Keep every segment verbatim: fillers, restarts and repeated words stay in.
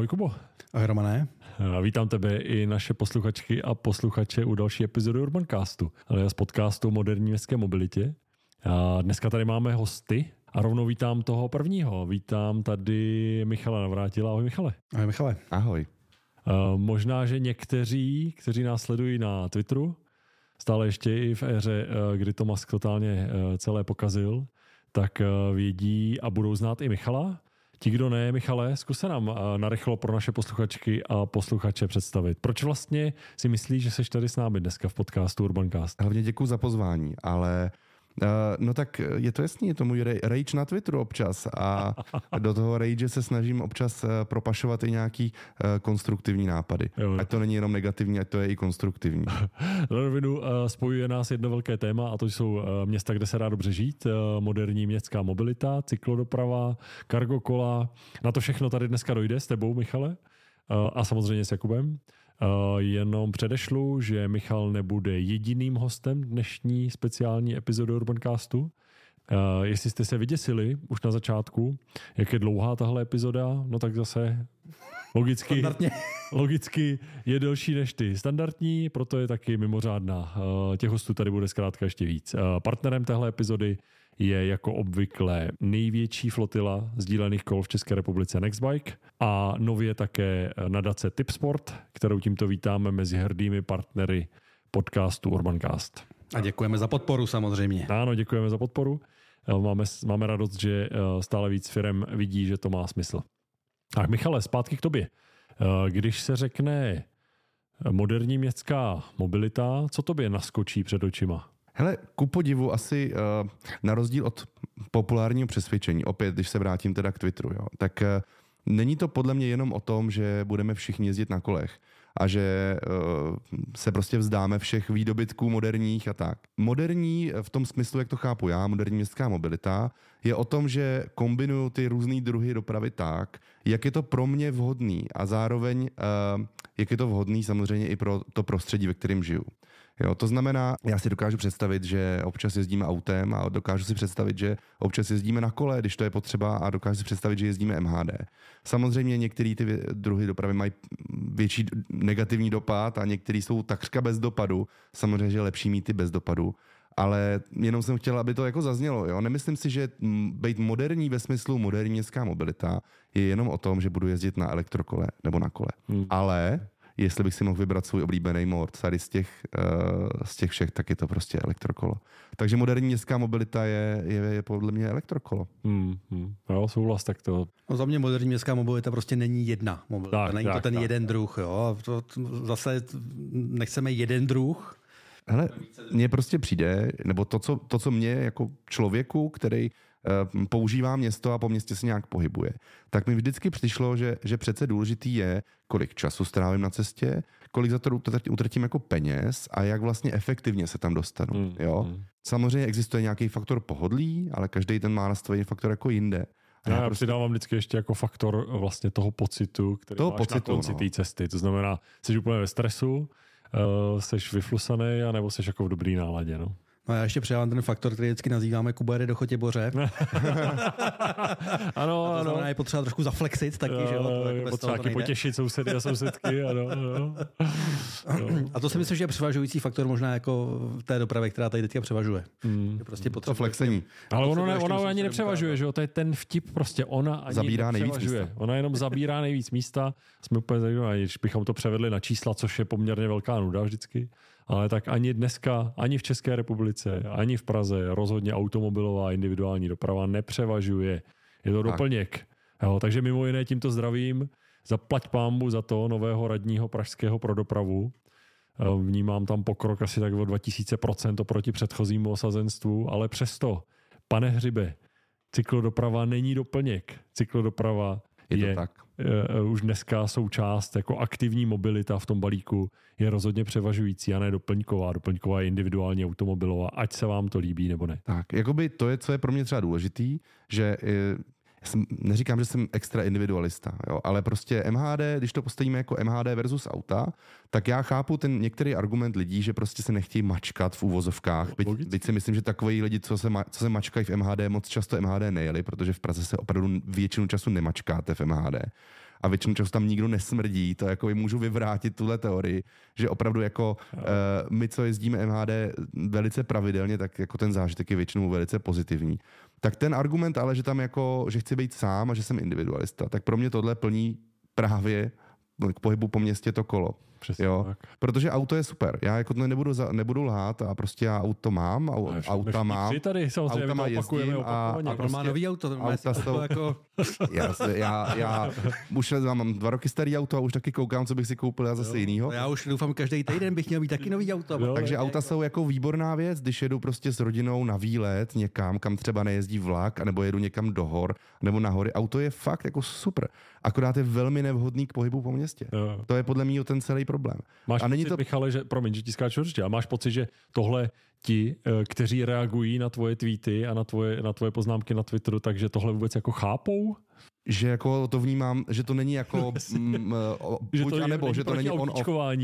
Ahoj Kubo. Ahoj Romane. Vítám tebe i naše posluchačky a posluchače u další epizody Urbancastu, ale z podcastu o moderní městské mobilitě. A dneska tady máme hosty a rovnou vítám toho prvního. Vítám tady Michala Navrátila. Ahoj Michale. Ahoj Michale. Ahoj. A možná, že někteří, kteří nás sledují na Twitteru, stále ještě i v éře, kdy to Musk totálně celé pokazil, tak vědí a budou znát i Michala. Ti, kdo ne, Michale, zkus se nám narychlo pro naše posluchačky a posluchače představit. Proč vlastně si myslíš, že jsi tady s námi dneska v podcastu Urbancast? Hlavně děkuju za pozvání, ale uh, no tak je to jasný, je to můj rage na Twitteru občas a do toho rage se snažím občas uh, propašovat i nějaký uh, konstruktivní nápady. Jo. Ať to není jenom negativní, ať to je i konstruktivní. Na rovinu uh, spojuje nás jedno velké téma a to jsou uh, města, kde se dá dobře žít, uh, moderní městská mobilita, cyklodoprava, cargo kola. Na to všechno tady dneska dojde s tebou, Michale, uh, a samozřejmě s Jakubem. Uh, jenom předešlu, že Michal nebude jediným hostem dnešní speciální epizody Urbancastu. Uh, jestli jste se vyděsili už na začátku, jak je dlouhá tahle epizoda, no tak zase logicky, logicky je delší než ty standardní, proto je taky mimořádná. Uh, těch hostů tady bude zkrátka ještě víc. Uh, partnerem téhle epizody je jako obvykle největší flotila sdílených kol v České republice Nextbike a nově také nadace Tipsport, kterou tímto vítáme mezi hrdými partnery podcastu Urbancast. A děkujeme za podporu samozřejmě. Ano, děkujeme za podporu. Máme, máme radost, že stále víc firem vidí, že to má smysl. Tak Michale, zpátky k tobě. Když se řekne moderní městská mobilita, co tobě naskočí před očima? Hele, ku podivu asi uh, na rozdíl od populárního přesvědčení, opět, když se vrátím teda k Twitteru, jo, tak uh, není to podle mě jenom o tom, že budeme všichni jezdit na kolech a že uh, se prostě vzdáme všech výdobytků moderních a tak. Moderní v tom smyslu, jak to chápu já, moderní městská mobilita, je o tom, že kombinuju ty různý druhy dopravy tak, jak je to pro mě vhodný a zároveň uh, jak je to vhodný samozřejmě i pro to prostředí, ve kterém žiju. Jo, to znamená, já si dokážu představit, že občas jezdíme autem a dokážu si představit, že občas jezdíme na kole, když to je potřeba, a dokážu si představit, že jezdíme M H D. Samozřejmě některé ty druhy dopravy mají větší negativní dopad a některé jsou takřka bez dopadu. Samozřejmě, že je lepší mít ty bez dopadu. Ale jenom jsem chtěl, aby to jako zaznělo. Jo? Nemyslím si, že být moderní ve smyslu moderní městská mobilita je jenom o tom, že budu jezdit na elektrokole nebo na kole. Hmm. Ale jestli bych si mohl vybrat svůj oblíbený mod tady z těch, uh, z těch všech, tak je to prostě elektrokolo. Takže moderní městská mobilita je, je, je podle mě elektrokolo. Hmm, hmm. Jo, souhlas, tak to... No, za mě moderní městská mobilita prostě není jedna mobilita. Tak, není tak, to ten tak. jeden druh. Jo? To, to, zase nechceme jeden druh. Hele, mně prostě přijde, nebo to, co, to, co mě jako člověku, který uh, používá město a po městě se nějak pohybuje, tak mi vždycky přišlo, že, že přece důležitý je, kolik času strávím na cestě, kolik za to utratím jako peněz a jak vlastně efektivně se tam dostanu. Mm, jo? Mm. Samozřejmě existuje nějaký faktor pohodlí, ale každý ten má nastavený faktor jako jinde. A já, já prostě dávám vždycky ještě jako faktor vlastně toho pocitu, který toho máš pocitu, na konci no. té cesty. To znamená, jsi úplně ve stresu, Uh, seš vyflusaný, anebo seš jako v dobrý náladě, no. No já ještě přidávám ten faktor, který vždycky nazýváme Kuba jede do Chotěboře. Ano, a to znamená, ano. je potřeba trošku zaflexit taky, uh, že jo? To je potřeba taky potěšit sousedy a sousedky, ano, ano. No. A to si myslím, že je převažující faktor možná jako v té dopravě, která tady teďka převažuje. Hmm. Je prostě to flexení. Ale ono, ne, ona ani nepřevažuje, že jo? To je ten vtip, prostě ona ani zabírá nepřevažuje. Nejvíc ona jenom zabírá nejvíc místa. Jsme úplně zajímaví, když bychom to převedli na čísla, což je poměrně velká nuda vždycky. Ale tak ani dneska, ani v České republice, ani v Praze rozhodně automobilová individuální doprava nepřevažuje. Je to doplněk. Jo, takže mimo jiné tímto zdravím, zaplať pánbu za to nového radního pražského pro dopravu. Vnímám tam pokrok asi tak o dva tisíce procent oproti předchozímu osazenstvu, ale přesto, pane Hřibe, cyklodoprava není doplněk. Cyklodoprava je, je to tak. Uh, už dneska součást jako aktivní mobilita v tom balíku je rozhodně převažující a ne doplňková. Doplňková je individuálně automobilová, ať se vám to líbí nebo ne. Tak, jakoby to je, co je pro mě třeba důležitý, že já jsem, neříkám, že jsem extra individualista, jo, ale prostě M H D, když to postavíme jako M H D versus auta, tak já chápu ten některý argument lidí, že prostě se nechtějí mačkat v úvozovkách. Byť, byť si myslím, že takový lidi, co se, ma, co se mačkají v M H D, moc často M H D nejeli, protože v Praze se opravdu většinu času nemačkáte v M H D. a většinou často tam nikdo nesmrdí, to jako můžu vyvrátit tuhle teorii, že opravdu jako uh, my, co jezdíme M H D velice pravidelně, tak jako ten zážitek je většinou velice pozitivní. Tak ten argument ale, že tam jako, že chci být sám a že jsem individualista, tak pro mě tohle plní právě k pohybu po městě to kolo. Přesně jo? Tak. Protože auto je super. Já jako to nebudu, za, nebudu lhát a prostě já auto mám, au, No, auta mám. Tady, autama jezdím a, a prostě má nový auto. Auta jsou, jako... já, já, já už mám dva roky starý auto a už taky koukám, co bych si koupil já zase jo. jinýho. Já už doufám, každý týden bych měl mít taky nový auto. Jo, takže auta jako... jsou jako výborná věc, když jedu prostě s rodinou na výlet někam, kam třeba nejezdí vlak, anebo jedu někam do hor, nebo na hory. Auto je fakt jako super. Akorát je velmi nevhodný k pohybu po městě. Jo. To je podle mě ten celý problém. Máš a není pocit, to... Michale, že, promiň, že ti skáču určitě, a máš pocit, že tohle ti, kteří reagují na tvoje tweety a na tvoje, na tvoje poznámky na Twitteru, takže tohle vůbec jako chápou? Že jako to vnímám, že to není jako m, že buď to a nebo, že to není on-off. Uh,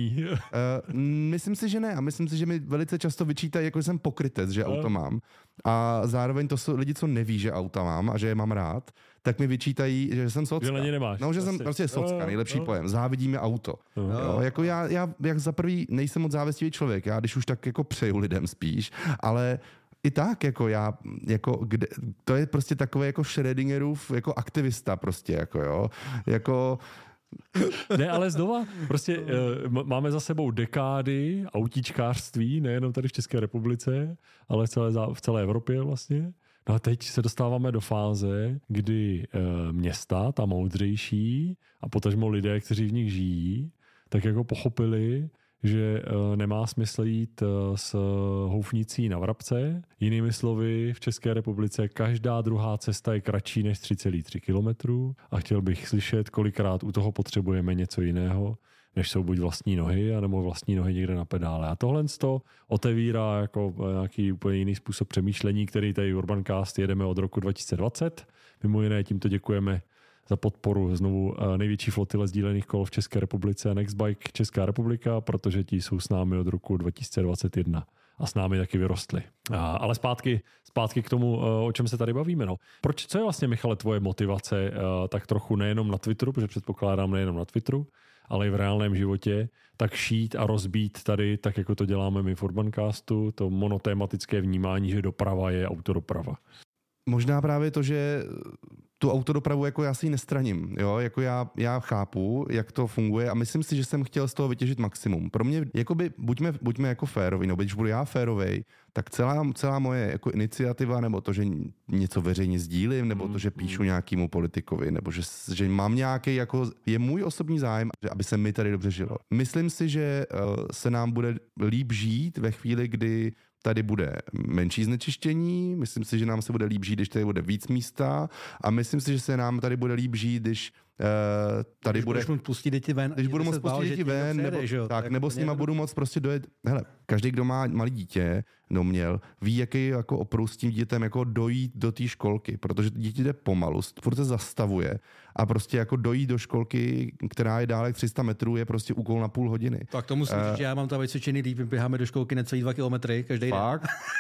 myslím si, že ne a myslím si, že mi velice často vyčítají, jako jsem pokrytec, že auto mám. A zároveň to jsou lidi, co neví, že auta mám a že je mám rád, tak mi vyčítají, že jsem socka. Že na ně nemáš. No, že jsem prostě socka, nejlepší pojem. Závidíme auto. Jo, jako já, já, jak za prvý nejsem moc závistivý člověk, já když už tak jako přeju lidem spíš, ale i tak, jako já, jako kde, to je prostě takový jako Schrödingerův jako aktivista prostě, jako jo, jako... Ne, ale znova, prostě uh, máme za sebou dekády autíčkářství, nejenom tady v České republice, ale v celé, v celé Evropě vlastně. No a teď se dostáváme do fáze, kdy uh, města, ta moudřejší a potažmo lidé, kteří v nich žijí, tak jako pochopili, že uh, nemá smysl jít uh, s houfnicí na vrabce. Jinými slovy, v České republice každá druhá cesta je kratší než tři celé tři kilometru a chtěl bych slyšet, kolikrát u toho potřebujeme něco jiného, než jsou buď vlastní nohy, anebo vlastní nohy někde na pedále. A tohle to otevírá jako nějaký úplně jiný způsob přemýšlení, který tady Urbancast jedeme od roku dva tisíce dvacet. Mimo jiné tímto děkujeme za podporu znovu největší flotile sdílených kol v České republice Nextbike Česká republika, protože ti jsou s námi od roku dva tisíce dvacet jedna a s námi taky vyrostli. A, ale zpátky, zpátky k tomu, o čem se tady bavíme. No. Proč, co je vlastně, Michale, tvoje motivace tak trochu nejenom na Twitteru, protože předpokládám nejenom na Twitteru, ale i v reálném životě, tak šít a rozbít tady, tak jako to děláme my v Urbancastu, to monotématické vnímání, že doprava je autodoprava. Možná právě to, že tu autodopravu jako já si ji nestraním, jo, jako já, já chápu, jak to funguje a myslím si, že jsem chtěl z toho vytěžit maximum. Pro mě, jakoby, buďme, buďme jako féroví, no, když budu já férovej, tak celá, celá moje jako iniciativa, nebo to, že něco veřejně sdílím, nebo to, že píšu nějakému politikovi, nebo že, že mám nějaký, jako je můj osobní zájem, aby se mi tady dobře žilo. Myslím si, že uh, se nám bude líp žít ve chvíli, kdy tady bude menší znečištění, myslím si, že nám se bude líp žít, když tady bude víc místa a myslím si, že se nám tady bude líp žít, když uh, tady když bude... Když pustit děti ven. Když budu moct pustit děti ven, nebo, přijede, tak, nebo s nima budu moct prostě dojet... Hele, každý, kdo má malý dítě, no měl, ví, jaký jako oprus s tím dítětem jako dojít do té školky, protože dítě jde pomalu, furt se zastavuje a prostě jako dojít do školky, která je dále tři sta metrů, je prostě úkol na půl hodiny. Tak to musím uh, říct, že já mám to vycvičený líp, běháme do školky necelý dva kilometry každý den.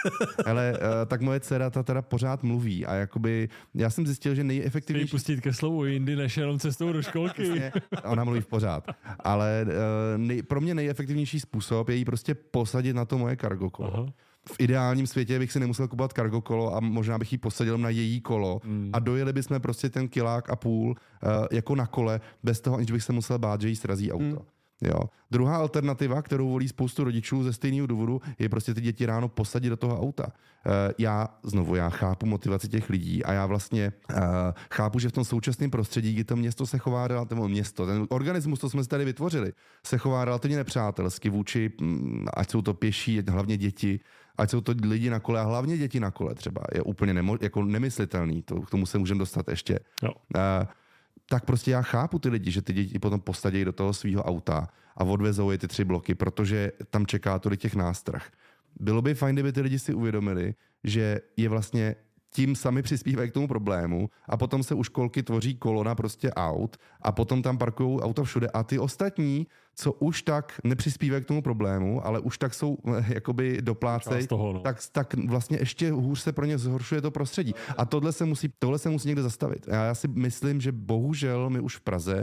Hele, uh, tak moje dcera ta teda pořád mluví a jakoby já jsem zjistil, že nejefektivnější... pustit ke slovu jindy, než jenom cestou do školky. Vlastně, ona mluví v pořád. Ale uh, nej, pro mě nejefektivnější způsob je jí prostě posadit na to moje cargo kolo. Aha. V ideálním světě bych si nemusel kupovat cargo kolo a možná bych ji posadil na její kolo mm. a dojeli bychom prostě ten kilák a půl uh, jako na kole, bez toho, aniž bych se musel bát, že jí srazí auto. Mm. Jo. Druhá alternativa, kterou volí spoustu rodičů ze stejného důvodu, je prostě ty děti ráno posadit do toho auta. Uh, já, znovu, já chápu motivaci těch lidí a já vlastně uh, chápu, že v tom současném prostředí, kdy to město se chová relativně, město, ten organismus, to jsme si tady vytvořili, se chová relativně nepřátelsky vůči, um, ať jsou to pěší, hlavně děti, ať jsou to lidi na kole a hlavně děti na kole třeba, je úplně nemo, jako nemyslitelný, to, k tomu se můžeme dostat ještě. Uh, tak prostě já chápu ty lidi, že ty děti potom posadí do toho svého auta a odvezou je ty tři bloky, protože tam čeká tolik těch nástrah. Bylo by fajn, kdyby ty lidi si uvědomili, že je vlastně tím sami přispívají k tomu problému a potom se u školky tvoří kolona prostě aut a potom tam parkují auta všude a ty ostatní, co už tak nepřispívají k tomu problému, ale už tak jsou jakoby doplácej, no. tak, tak vlastně ještě hůř se pro ně zhoršuje to prostředí. A tohle se musí, tohle se musí někde zastavit. Já si myslím, že bohužel my už v Praze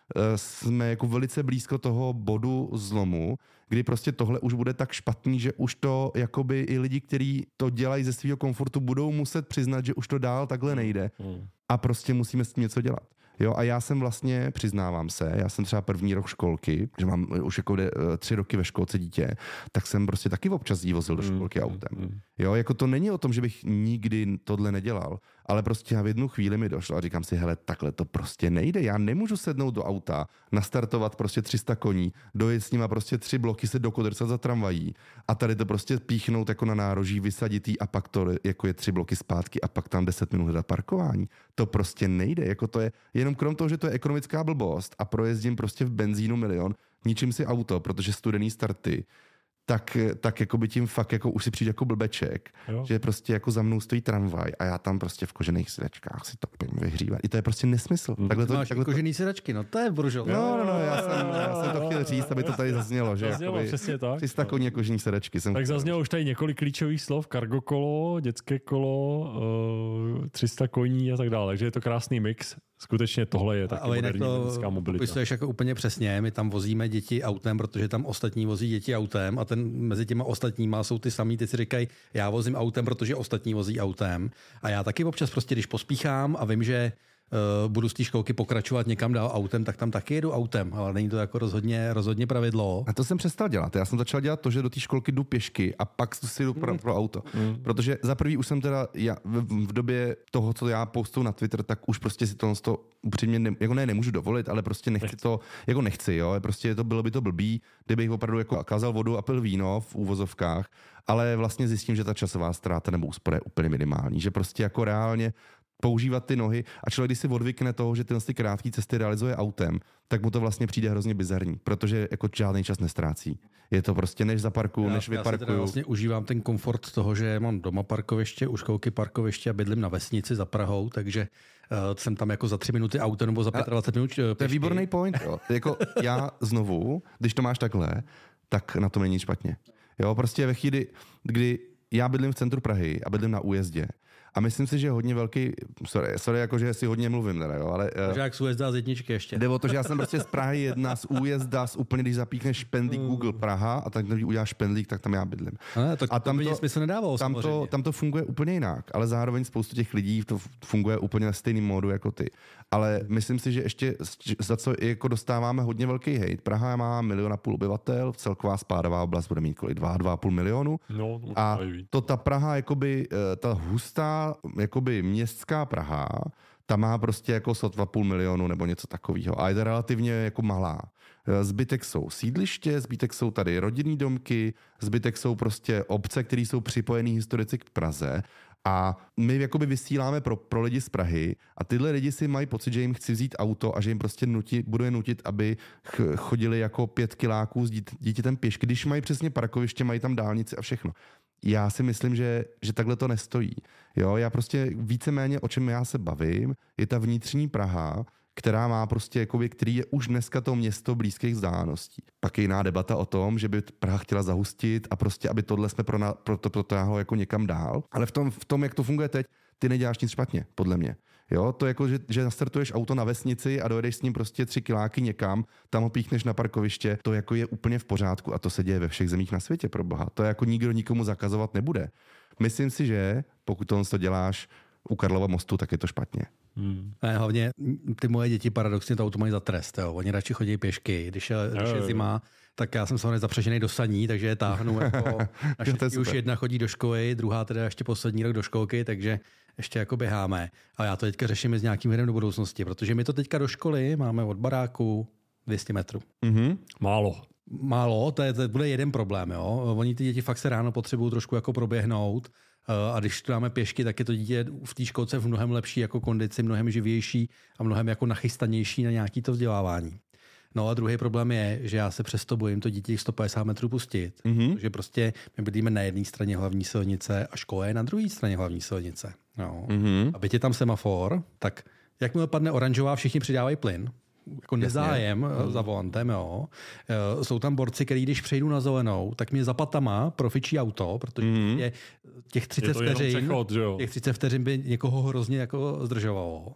jsme jako velice blízko toho bodu zlomu, kdy prostě tohle už bude tak špatný, že už to jakoby i lidi, kteří to dělají ze svého komfortu, budou muset přiznat, že už to dál takhle nejde a prostě musíme s tím něco dělat. Jo, a já jsem vlastně, přiznávám se, já jsem třeba první rok školky, že mám už jako tři roky ve školce dítě, tak jsem prostě taky občas jí vozil do školky autem. Jo, jako to není o tom, že bych nikdy tohle nedělal, ale prostě já v jednu chvíli mi došlo a říkám si, hele, takhle to prostě nejde, já nemůžu sednout do auta, nastartovat prostě tři sta koní, dojet s nima prostě tři bloky, se dokodrcat za tramvají a tady to prostě píchnout jako na nároží, vysadit jí a pak to jako je tři bloky zpátky a pak tam deset minut hledat parkování. To prostě nejde, jako to je jenom krom toho, že to je ekonomická blbost a projezdím prostě v benzínu milion, ničím si auto, protože studený starty, tak, tak jako by tím fakt jako už si přijde jako blbeček, jo. Že prostě jako za mnou stojí tramvaj a já tam prostě v kožených sedačkách si topím vyhřívat. I to je prostě nesmysl. Hmm. Takhle to, máš takhle kožený sedačky, no to je bružel. No, no, no, já jsem, já jsem to chtěl říct, aby to tady zaznělo, že zaznělo, jakoby přesně tak. tři sta koní a kožený sedačky. Jsem tak chtěl. zaznělo už tady několik klíčových slov, cargo kolo, dětské kolo, uh, tři sta koní a tak dále, takže je to krásný mix. Skutečně tohle je taky moderní městská mobilita. Popisuješ jako úplně přesně, my tam vozíme děti autem, protože tam ostatní vozí děti autem a ten mezi těma ostatníma jsou ty samý, ty si říkají, já vozím autem, protože ostatní vozí autem a já taky občas prostě, když pospíchám a vím, že uh, budu z té školky pokračovat někam dál autem, tak tam taky jedu autem, ale není to jako rozhodně, rozhodně pravidlo. A to jsem přestal dělat. Já jsem začal dělat to, že do té školky jdu pěšky a pak si jdu pro, pro auto. Mm. Protože za prvý už jsem teda já, v, v době toho, co já postuju na Twitter, tak už prostě si to, to upřímně ne, jako ne, nemůžu dovolit, ale prostě nechci, nechci. to, jako nechci, jo. Prostě to bylo by to blbý, kdybych opravdu jako kázal vodu a pil víno v úvozovkách, ale vlastně zjistím, že ta časová ztráta nebo úspora je úplně minimální, že prostě jako reálně používat ty nohy a člověk, když si odvykne toho, že tyhle ty krátké cesty realizuje autem, tak mu to vlastně přijde hrozně bizarní, protože jako žádný čas nestrácí. Je to prostě než zaparkuju, než vyparkuju. Já si vlastně užívám ten komfort toho, že mám doma parkoviště, u školky parkoviště a bydlím na vesnici za Prahou, takže uh, jsem tam jako za tři minuty auto nebo za dvacet pět minut pěšky. To je výborný point. Jo. Jako já znovu, když to máš takhle, tak na tom není nic špatně. Jo, prostě ve chvíli, kdy já bydlím v centru Prahy a bydlím na újezdě, a myslím si, že je hodně velký, sorry, sorry jakože si hodně mluvím, teda, jo, ale... Takže jak z újezda z jedničky ještě. Jde o to, že já jsem prostě z Prahy jedna, z újezda, z úplně, když zapíchneš špendlík Google Praha a tak když uděláš špendlík, tak tam já bydlím. Ne, to, a tam to, to smysl nedávalo, tam to, tam to funguje úplně jinak, ale zároveň spoustu těch lidí to funguje úplně na stejným módu jako ty. Ale myslím si, že ještě za co jako dostáváme hodně velký hejt. Praha má milion a půl obyvatel, celková spádová oblast bude mít kolik dva, dva a půl milionu. No, a to ta Praha, jakoby, ta hustá, jakoby městská Praha, ta má prostě jako sotva půl milionu nebo něco takového. A je to relativně jako malá. Zbytek jsou sídliště, zbytek jsou tady rodinný domky, zbytek jsou prostě obce, které jsou připojený historicky k Praze. A my jakoby vysíláme pro, pro lidi z Prahy a tyhle lidi si mají pocit, že jim chci vzít auto a že jim prostě nutí, budu je nutit, aby ch- chodili jako pět kiláků s dít, dítětem pěšky, když mají přesně parkoviště, mají tam dálnici a všechno. Já si myslím, že, že takhle to nestojí. Jo, já prostě víceméně, o čem já se bavím, je ta vnitřní Praha, která má prostě, jakoby, který je už dneska to město blízkých vzdáleností. Pak je jiná debata o tom, že by Praha chtěla zahustit a prostě, aby tohle jsme pro, pro to protáhlo jako někam dál. Ale v tom, v tom, jak to funguje teď, ty neděláš nic špatně, podle mě. Jo, to jako, že, že nastartuješ auto na vesnici a dojedeš s ním prostě tři kiláky někam, tam ho píchneš na parkoviště, to jako je úplně v pořádku a to se děje ve všech zemích na světě, pro boha. To jako nikdo nikomu zakazovat nebude. Myslím si, že pokud tohle to děláš u Karlova mostu, tak je to špatně. Hmm. Ne, hlavně ty moje děti paradoxně to auto mají za trest. Jo. Oni radši chodí pěšky. Když je, když je zima, tak já jsem samozřejmě zapřežený do saní, takže je táhnu. Jako, naštěstí už jedna chodí do školy, druhá teda ještě poslední rok do školky, takže ještě jako běháme. A já to teďka řeším s nějakým hledem do budoucnosti, protože my to teďka do školy máme od baráku dvě stě metrů. Mm-hmm. Málo. Málo, to, je, to bude jeden problém. Jo. Oni ty děti fakt se ráno potřebují trošku jako proběhnout. A když tu dáme pěšky, tak je to dítě v té školce v mnohem lepší jako kondici, mnohem živější a mnohem jako nachystanější na nějaký to vzdělávání. No a druhý problém je, že já se přesto bojím to dítě sto padesát metrů pustit. Mm-hmm. Že prostě my bydlíme na jedné straně hlavní silnice a škola je na druhé straně hlavní silnice. No. Mm-hmm. A byť je tam semafor, tak jakmile padne oranžová, všichni přidávají plyn. Jako nezájem mm. za volantem, jo. Jsou tam borci, který když přejdu na zelenou, tak mě za patama profičí auto, protože mm. je těch třicet vteřin, těch třicet vteřin by někoho hrozně jako zdržovalo.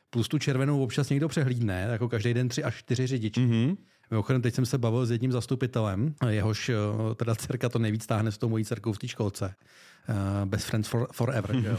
plus tu červenou občas někdo přehlídne, jako každý den tři až čtyři řidiči. Mm-hmm. Mimochodem, teď jsem se bavil s jedním zastupitelem, jehož teda dcerka to nejvíc táhne s tou mojí dcerkou v té školce. Uh, best friends for, forever. Jo?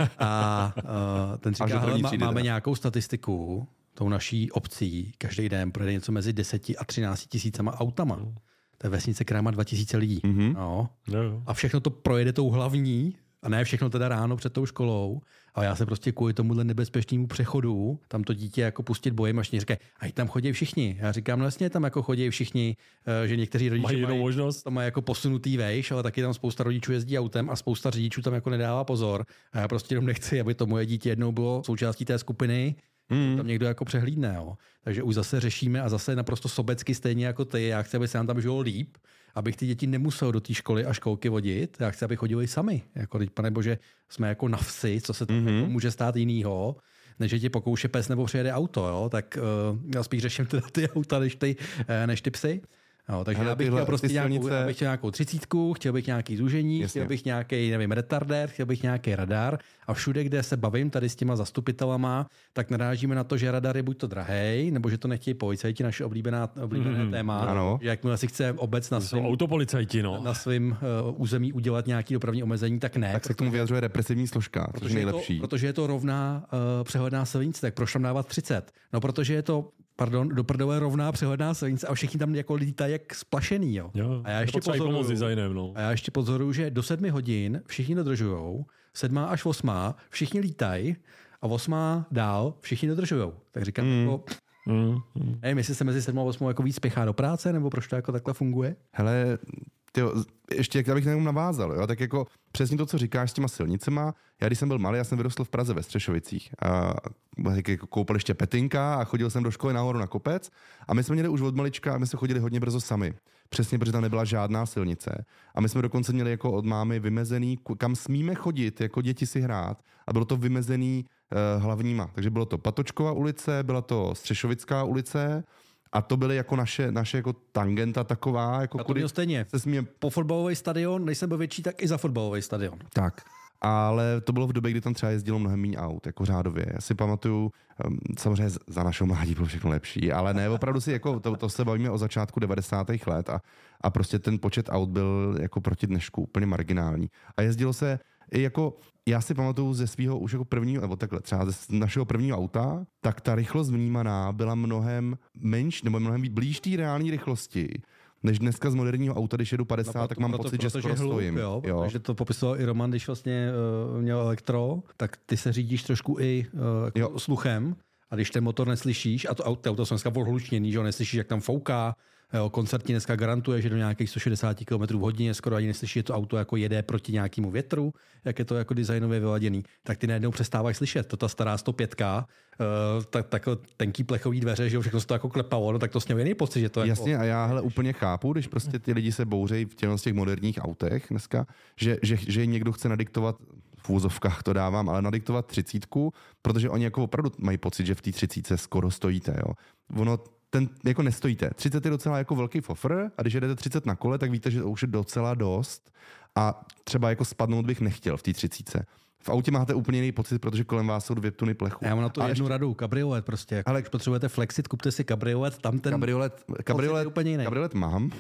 A uh, ten říká, hele, má, máme nějakou statistiku tou naší obcí, každý den projede něco mezi deseti a třinácti tisícama autama. To je vesnice, která má dva tisíce lidí. Mm-hmm. No. Jo. A všechno to projede tou hlavní, a ne všechno teda ráno před tou školou. A já se prostě kvůli tomuhle nebezpečnému přechodu tam to dítě jako pustit bojem, až mě říkají, a tam chodí všichni. Já říkám, no jasně, tam jako chodí všichni, že někteří rodiče mají mají, možnost. To mají jako posunutý vejš, ale taky tam spousta rodičů jezdí autem a spousta řidičů tam jako nedává pozor. A já prostě jenom nechci, aby to moje dítě jednou bylo součástí té skupiny. Mm. Tam někdo jako přehlídne. Jo. Takže už zase řešíme a zase naprosto sobecky stejně jako ty. Já chci, aby se nám tam žilo líp, abych ty děti nemusel do té školy a školky vodit. Já chci, aby chodili sami. Jako, pane bože, jsme jako na vsi, co se tam mm-hmm. jako může stát jinýho, než že ti pokouše pes nebo přijede auto. Jo. Tak uh, já spíš řeším teda ty auta, než ty, uh, než ty psy. No, takže já bych chtěl prostě nějakou, silnice... bych chtěl nějakou třicítku, chtěl bych nějaký zúžení, Jasně. chtěl bych nějaký, nevím, retardér, chtěl bych nějaký radar a všude, kde se bavím tady s těma zastupitelama, tak narážíme na to, že radar je buď to drahej, nebo že to nechtějí policajti, naše oblíbená, oblíbené mm, téma. Ano. Že jakmile si chce obec na svým, autopolicajti, no. na svým uh, území udělat nějaký dopravní omezení, tak ne. Tak se k tomu vyjadřuje represivní složka, což je nejlepší. To, protože je to rovná uh, přehledná silnice, tak proč tam dávat třicet? No, protože je to Pardon, do prdele rovná přehledná silnice a všichni tam jako lítají jak splašený. Jo. Jo, a, já ještě pozoruju, designem, no. a já ještě pozoruju, že do sedmi hodin všichni dodržujou, sedmá až osmá všichni lítají a osmá dál všichni dodržujou. Tak říkám, mm. jako, mm. Mm. nevím, jestli se mezi sedmou a osmou jako víc spěchá do práce, nebo proč to jako takhle funguje? Hele, tyjo, ještě jak bych jenom navázal, jo, tak jako přesně to, co říkáš s těma silnicema. Já když jsem byl malý, já jsem vyrostl v Praze ve Střešovicích. A jako koupaliště Petinka a chodil jsem do školy nahoru na kopec a my jsme měli už od malička a my jsme chodili hodně brzo sami. Přesně, protože tam nebyla žádná silnice. A my jsme dokonce měli jako od mámy vymezený, kam smíme chodit, jako děti si hrát. A bylo to vymezený uh, hlavníma. Takže bylo to Patočkova ulice, byla to Střešovická ulice. A to byly jako naše, naše jako tangenta taková. Jako a to měl stejně. Se smíme... Po fotbalový stadion, než jsem byl větší, tak i za fotbalový stadion. Tak. Ale to bylo v době, kdy tam třeba jezdilo mnohem méně aut, jako řádově. Já si pamatuju, samozřejmě za našeho mládí bylo všechno lepší, ale ne, opravdu si jako, to, to se bavíme o začátku devadesátých let a, a prostě ten počet aut byl jako proti dnešku úplně marginální. A jezdilo se i jako, já si pamatuju ze svého už jako prvního, nebo takhle, třeba ze našeho prvního auta, tak ta rychlost vnímaná byla mnohem menší, nebo mnohem blíž té reální rychlosti, než dneska z moderního auta, když jedu padesát, no, tak mám proto, pocit, proto, že skoro hlup, stojím. Jo, jo. Takže to popisoval i Roman, když vlastně uh, měl elektro, tak ty se řídíš trošku i uh, jako sluchem a když ten motor neslyšíš, a to auto, auto jsou dneska odhlučněný, že ho neslyšíš, jak tam fouká, jo, koncert ti dneska garantuje, že do nějakých sto šedesát kilometrů v hodině skoro ani neslyšíš, že to auto jako jede proti nějakému větru, jak je to jako designově vyladěný, tak ty najednou přestáváš slyšet. To ta stará sto pět, uh, tak, tak tenký plechový dveře, že všechno se to jako klepalo, no tak to směl jiný pocit, že to jako... Jasně, a já hele úplně chápu, když prostě ty lidi se bouřejí v těch, těch moderních autech dneska, že, že, že někdo chce nadiktovat, v úzovkách to dávám, ale nadiktovat třicítku, protože oni jako opravdu mají pocit, že v té třicítce skoro stojíte, jo. Ono ten jako nestojíte. třicet je docela jako velký fofr a když jedete třicet na kole, tak víte, že to už je docela dost a třeba jako spadnout bych nechtěl v té třicítce. V autě máte úplně jiný pocit, protože kolem vás jsou dvě tuny plechu. Já mám na to ale jednu ještě... radu, kabriolet prostě. Jak ale... Když potřebujete flexit, kupte si kabriolet, tam ten kabriolet, kabriolet, úplně jiný. Kabriolet mám.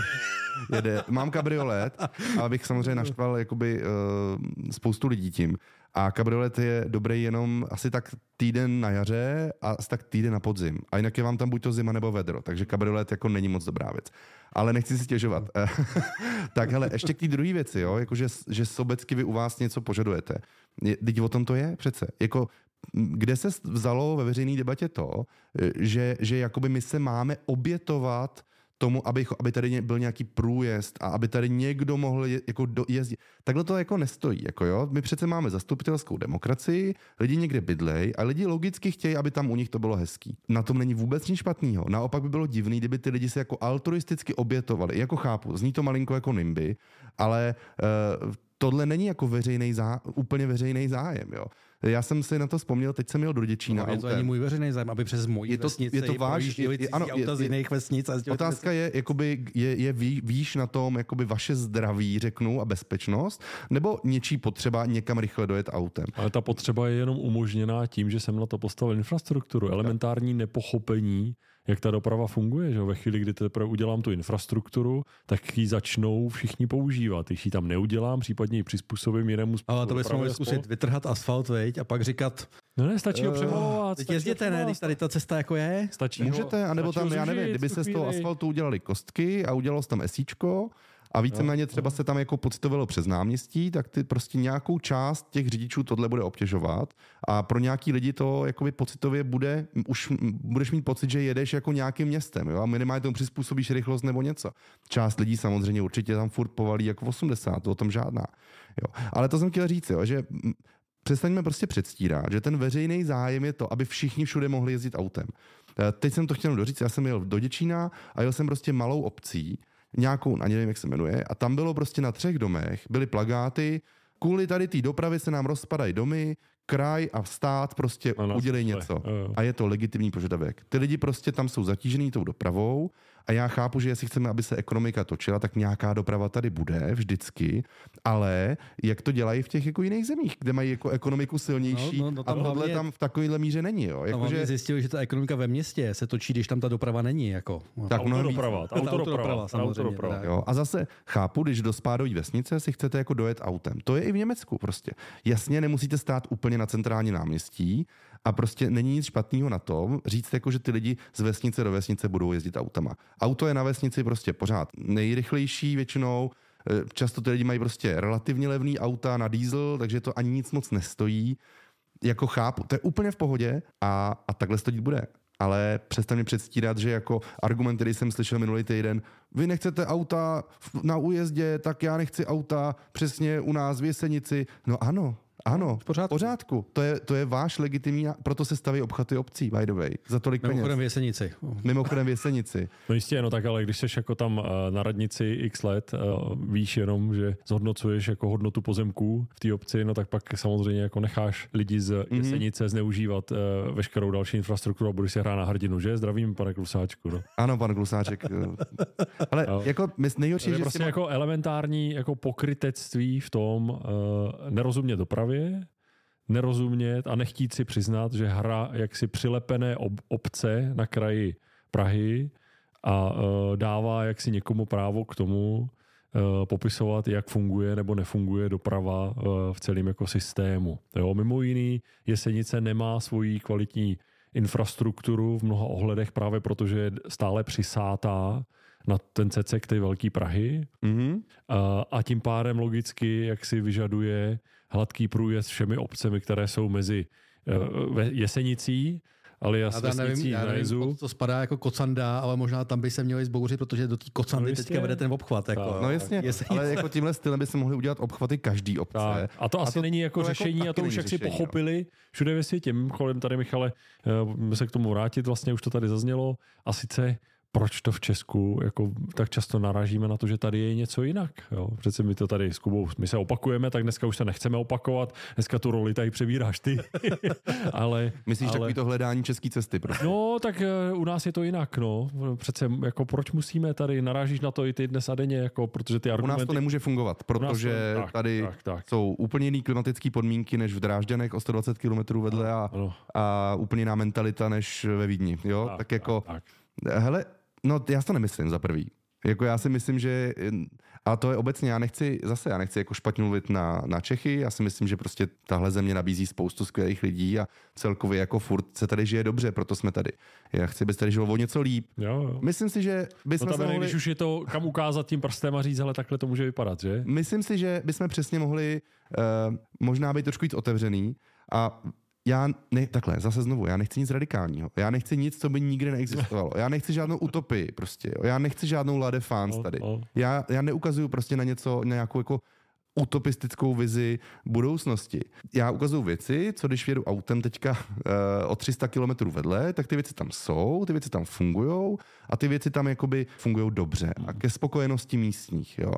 Jede. Mám kabriolet, ale bych samozřejmě naštval jakoby, uh, spoustu lidí tím. A kabriolet je dobrý jenom asi tak týden na jaře a asi tak týden na podzim. A jinak je vám tam buď to zima nebo vedro. Takže kabriolet jako není moc dobrá věc. Ale nechci si stěžovat. Tak hele, ještě k té druhé věci, jo? Jako, že, že sobecky vy u vás něco požadujete. Teď o tom to je přece. Jako, kde se vzalo ve veřejné debatě to, že, že jakoby my se máme obětovat tomu, aby, aby tady byl nějaký průjezd a aby tady někdo mohl je, jako do, jezdit. Takhle to jako nestojí. Jako jo? My přece máme zastupitelskou demokracii, lidi někde bydlej a lidi logicky chtějí, aby tam u nich to bylo hezký. Na tom není vůbec nic špatného. Naopak by bylo divný, kdyby ty lidi se jako altruisticky obětovali. Jako chápu, zní to malinko jako nimby, ale uh, tohle není jako veřejný zá, úplně veřejný zájem. Jo? Já jsem si na to vzpomněl, teď jsem jel do Děčína. No, je to ani můj veřejný zájem, aby přes moji je to, vesnici je to váš, je, je, ano, auta z jiných vesnic. A otázka je, jakoby, je, je ví, víš na tom jakoby vaše zdraví, řeknu, a bezpečnost, nebo něčí potřeba někam rychle dojet autem? Ale ta potřeba je jenom umožněná tím, že jsem na to postavil infrastrukturu. Elementární nepochopení, jak ta doprava funguje. Že? Ve chvíli, kdy teprve udělám tu infrastrukturu, tak ji začnou všichni používat. Když ji tam neudělám, případně ji přizpůsobím jinému způsobu. Ale to bychom mohli zkusit vytrhat asfalt, veď, a pak říkat... No ne, stačí ho přemalovat. Teď jezděte, ne, když tady ta cesta jako je. Stačí Můžete, ho, anebo tam, já nevím, kdyby se z toho asfaltu udělali kostky a udělalo se tam esíčko, a víceméně no, třeba no. se tam jako pocitovalo přes náměstí, tak ty prostě nějakou část těch řidičů tohle bude obtěžovat a pro nějaký lidi to jakoby pocitově bude, už budeš mít pocit, že jedeš jako nějakým městem, jo? A minimálně tomu přizpůsobíš rychlost nebo něco. Část lidí samozřejmě určitě tam furt povalí jako v osmdesát, to o tom žádná. Jo? Ale to jsem chtěl říct, jo? Že přestaňme prostě předstírat, že ten veřejný zájem je to, aby všichni všude mohli jezdit autem. Teď jsem to chtěl doříct, já jsem jel do Děčína a jel jsem prostě malou obcí, nějakou, ani nevím, jak se jmenuje, a tam bylo prostě na třech domech, byly plakáty, kvůli tady té dopravy se nám rozpadají domy, kraj a stát prostě udělej něco. A je to legitimní požadavek. Ty lidi prostě tam jsou zatížený tou dopravou a já chápu, že jestli chceme, aby se ekonomika točila, tak nějaká doprava tady bude vždycky, ale jak to dělají v těch jako jiných zemích, kde mají jako ekonomiku silnější, no, no, no, a tohle hlavně, tam v takovéhle míře není. Jo? Jako, tam že... zjistili, že ta ekonomika ve městě se točí, když tam ta doprava není. Jako. Tak autodoprava. Autodoprava, samozřejmě. Jo. A zase chápu, když do spádové vesnice si chcete jako dojet autem. To je i v Německu prostě. Jasně, nemusíte stát úplně na centrální náměstí a prostě není nic špatného na tom říct, jako, že ty lidi z vesnice do vesnice budou jezdit autama. Auto je na vesnici prostě pořád nejrychlejší většinou. Často ty lidi mají prostě relativně levný auta na diesel, takže to ani nic moc nestojí. Jako chápu, to je úplně v pohodě a, a takhle to dít bude. Ale přestaň mi předstírat, že jako argument, který jsem slyšel minulý týden, vy nechcete auta na újezdě, tak já nechci auta přesně u nás v Jesenici. No ano, ano, v pořádku. pořádku. To je, to je váš legitimní, proto se staví obchvaty obcí, by the way, za tolik peněz. Mimochodem v Jesenici. Mimochodem v Jesenici. No jistě, no tak ale když jsi jako tam na radnici x let, víš jenom, že zhodnocuješ jako hodnotu pozemků v té obci, no tak pak samozřejmě jako necháš lidi z Jesenice mm-hmm. zneužívat veškerou další infrastrukturu a budeš si hrát na hrdinu, že? Zdravím, pane Klusáčku. No. Ano, pan Klusáček. Ale no. jako nejhorší, je že prostě si... jako elementární jako pokrytectví v tom uh, nerozumět dopravě, nerozumět a nechtít si přiznat, že hra jaksi přilepené ob- obce na kraji Prahy a uh, dává jaksi někomu právo k tomu uh, popisovat, jak funguje nebo nefunguje doprava uh, v celém jako systému. Jo, mimo jiný Jesenice nemá svoji kvalitní infrastrukturu v mnoha ohledech právě protože je stále přisátá na ten cecek té velké Prahy mm-hmm. a, a tím pádem logicky jak si vyžaduje hladký průjezd všemi obcemi, které jsou mezi uh, Jesenicí, ale já nevím, já nevím, to spadá jako Kocanda, ale možná tam by se měli zbouřit, protože do té Kocandy no teďka vede ten obchvat. Jako, no jasně, Jesenice. Ale jako tímhle stylem by se mohli udělat obchvaty každý obce. Tak. A to asi a to, není jako to řešení jako a to už jak si pochopili všude ve světě. Mimochodem tady, Michale, uh, se k tomu vrátit, vlastně už to tady zaznělo a sice proč to v Česku jako tak často narážíme na to, že tady je něco jinak. Jo? Přece my to tady s Kubou, my se opakujeme, tak dneska už se nechceme opakovat. Dneska tu roli tady přebíráš ty. ale, Myslíš ale... takový to hledání české cesty? Prostě. No, tak uh, u nás je to jinak. No. Přece jako proč musíme tady, narážíš na to i ty dnes a denně, jako, protože ty argumenty... U nás to nemůže fungovat, protože to... tak, tak, tady tak, tak. jsou úplně jiný klimatické podmínky než v Drážďanech o sto dvacet kilometrů vedle a, no. a úplně jiná mentalita než ve Vídni. Jo? Tak, tak jako... Tak, tak. Hele, no já si to nemyslím za prvý. Jako já si myslím, že, a to je obecně, já nechci, zase já nechci jako špatně mluvit na, na Čechy, já si myslím, že prostě tahle země nabízí spoustu skvělých lidí a celkově jako furt se tady žije dobře, proto jsme tady. Já chci, abys tady žilo o něco líp. Jo, jo. Myslím si, že bychom no se mohli... Když už je to kam ukázat tím prstem a říct, ale takhle to může vypadat, že? Myslím si, že bychom přesně mohli uh, možná být trošku víc otevřený a já ne, takhle, zase znovu, já nechci nic radikálního. Já nechci nic, co by nikdy neexistovalo. Já nechci žádnou utopii prostě. Jo. Já nechci žádnou La Défense tady. Já, já neukazuju prostě na něco, na nějakou jako utopistickou vizi budoucnosti. Já ukazuju věci, co když jedu autem teďka uh, o tři sta kilometrů vedle, tak ty věci tam jsou, ty věci tam fungujou a ty věci tam jakoby fungujou dobře a ke spokojenosti místních, jo.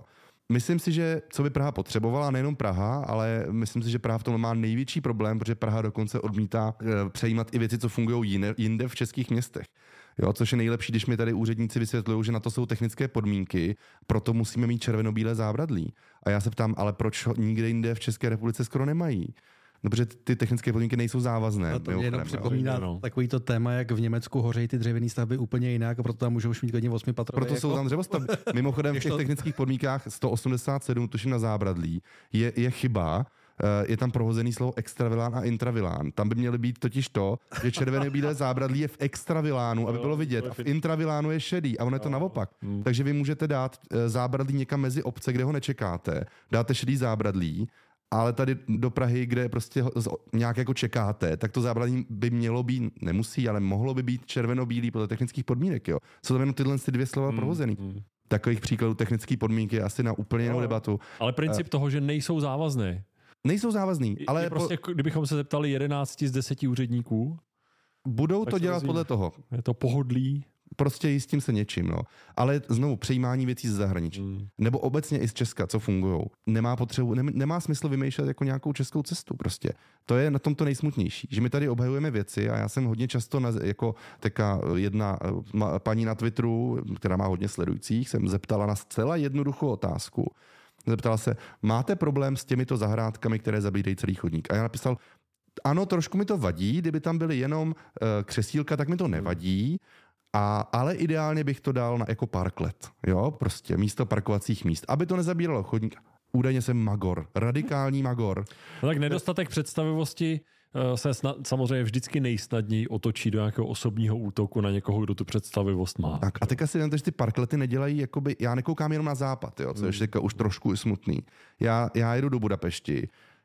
myslím si, že co by Praha potřebovala, nejenom Praha, ale myslím si, že Praha v tom má největší problém, protože Praha dokonce odmítá e, přejímat i věci, co fungují jinde, jinde v českých městech. Jo, což je nejlepší, když mi tady úředníci vysvětlují, že na to jsou technické podmínky, proto musíme mít červeno-bílé zábradlí. A já se ptám, ale proč ho nikde jinde v České republice skoro nemají? No, protože ty technické podmínky nejsou závazné. No to mě jenom připomíná no. takovýto téma, jak v Německu hořejí ty dřevěné stavby úplně jinak a proto tam můžou už mít klidně osmipatrové. Proto jako... jsou tam dřevostavby. Mimochodem v těch technických podmínkách sto osmdesát sedm, tuším na zábradlí, je, je chyba, je tam prohozený slovo extravilán a intravilán. Tam by měly být totiž to, že červené bílé zábradlí je v extravilánu, aby bylo vidět, a v intravilánu je šedý a ono je to naopak. Takže vy můžete dát zábradlí někam mezi obce, kde ho nečekáte, dáte šedý zábradlí, ale tady do Prahy, kde prostě nějak jako čekáte, tak to zábradlí by mělo být, nemusí, ale mohlo by být červeno-bílý podle technických podmínek. Jo. Jsou tam jenom tyhle dvě slova mm, prohozený. Mm. Takových příkladů technické podmínky je asi na úplně jinou debatu. Ale princip uh, toho, že nejsou závazné. Nejsou závazný, ale... Je prostě, po... kdybychom se zeptali jedenáct z deseti úředníků, budou to dělat podle toho. Je to pohodlí. Prostě jistím se něčím, no. Ale znovu přejímání věcí z zahraničí. Mm. Nebo obecně i z Česka, co fungují. Nemá potřebu, ne, nemá smysl vymýšlet jako nějakou českou cestu prostě. To je na tom to nejsmutnější, že my tady obhajujeme věci a já jsem hodně často, na, jako taká jedna paní na Twitteru, která má hodně sledujících, jsem zeptala na zcela jednoduchou otázku. Zeptala se, máte problém s těmito zahrádkami, které zabírají celý chodník? A já napsal, ano, trošku mi to vadí, kdyby tam byly jenom uh, křesílka, tak mi to nevadí. A, ale ideálně bych to dal na jako parklet, jo, prostě místo parkovacích míst, aby to nezabíralo chodník. Údajně jsem magor, radikální magor. No tak nedostatek představivosti se snad, samozřejmě vždycky nejsnadněji otočí do nějakého osobního útoku na někoho, kdo tu představivost má. Tak a teďka si vemte, že ty parklety nedělají, jakoby, já nekoukám jenom na západ, jo, co je hmm. už trošku smutný. Já, já jedu do Budapešti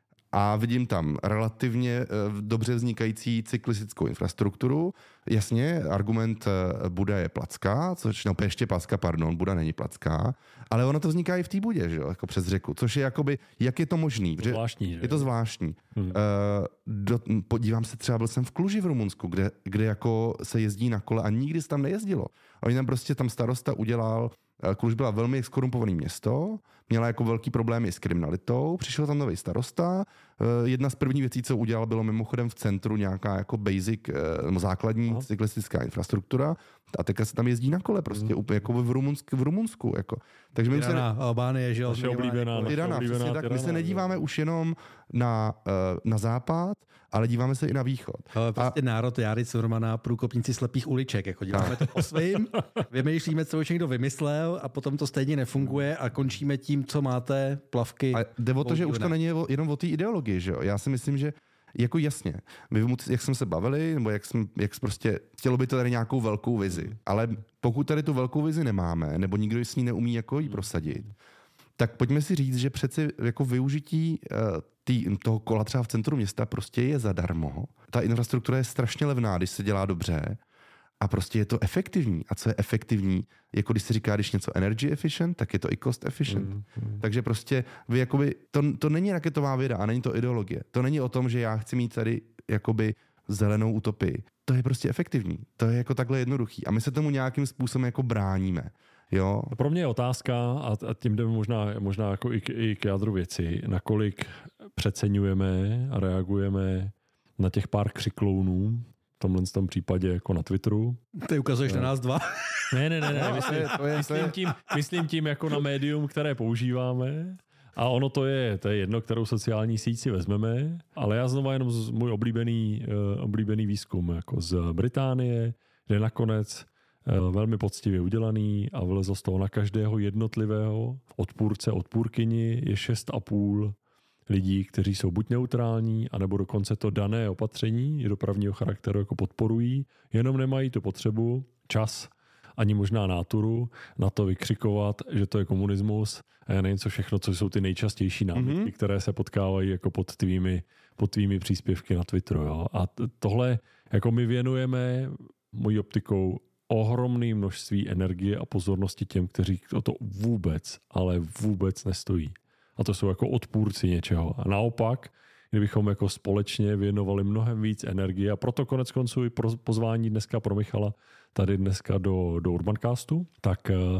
a vidím tam relativně dobře vznikající cyklistickou infrastrukturu. Jasně, argument Buda je placká, což, no ještě placka, pardon, Buda není placká, ale ono to vzniká i v té Budě, že jo, jako přes řeku, což je jakoby, jak je to možný? To zvláštní, že? Je to zvláštní. Hmm. Uh, do, podívám se, třeba byl jsem v Kluži v Rumunsku, kde, kde jako se jezdí na kole a nikdy se tam nejezdilo. A oni tam prostě tam starosta udělal, Kluž byla velmi skorumpované město, měla jako velký problémy s kriminalitou, přišel tam nový starosta, jedna z prvních věcí, co udělal, bylo mimochodem v centru nějaká jako basic, základní Aha. cyklistická infrastruktura a teďka se tam jezdí na kole prostě hmm. úplně jako v Rumunsku. V Rumunsku jako. Takže my Tirana, se... Albánie, že jo? Naše oblíbená. Tirana, oblíbená tak. My se nedíváme už jenom na, na západ, ale díváme se i na východ. Ale prostě a... národ Járy Cimrmana, průkopníci slepých uliček. Jako děláme to po svým, vymýšlíme, co už někdo vymyslel a potom to stejně nefunguje a končíme tím, co máte, plavky. A jde o to, že už to není jenom o té ideologii, že jo? Já si myslím, že jako jasně, my, jak jsme se bavili, nebo jak, jsme, jak prostě chtělo by to tady nějakou velkou vizi, ale pokud tady tu velkou vizi nemáme, nebo nikdo s ní neumí jako ji prosadit, tak pojďme si říct, že přeci jako využití uh, tý, toho kola třeba v centru města prostě je zadarmo. Ta infrastruktura je strašně levná, když se dělá dobře a prostě je to efektivní. A co je efektivní? Jako když se říká, když něco energy efficient, tak je to i cost efficient. Mm, mm. Takže prostě vy jakoby, to, to není raketová věda a není to ideologie. To není o tom, že já chci mít tady jakoby zelenou utopii. To je prostě efektivní. To je jako takhle jednoduchý. A my se tomu nějakým způsobem jako bráníme. Jo? Pro mě je otázka, a tím jdeme možná, možná jako i, k, i k jádru věci, nakolik přeceňujeme a reagujeme na těch pár křiklounů, v tomhle tom případě jako na Twitteru. Ty ukazuješ no. na nás dva? Ne, ne, ne, ne. Myslím, to je, myslím, tím, myslím tím jako na médium, které používáme. A ono to je, to je jedno, kterou sociální síť si vezmeme, ale já znovu jenom z můj oblíbený, uh, oblíbený výzkum jako z Británie, kde nakonec uh, velmi poctivě udělaný a vylezlo z toho na každého jednotlivého odpůrce, odpůrkyni je šest a půl lidí, kteří jsou buď neutrální, anebo dokonce to dané opatření dopravního charakteru jako podporují, jenom nemají tu potřebu, čas, ani možná náturu na to vykřikovat, že to je komunismus a já nevím co všechno, co jsou ty nejčastější námitky, mm-hmm. které se potkávají jako pod tvými, pod tvými příspěvky na Twitteru. Jo? A tohle, jako my věnujeme mojí optikou ohromné množství energie a pozornosti těm, kteří o to vůbec, ale vůbec nestojí. A to jsou jako odpůrci něčeho. A naopak, kdybychom jako společně věnovali mnohem víc energie a proto konec konců i pozvání dneska pro Michala tady dneska do, do Urbancastu, tak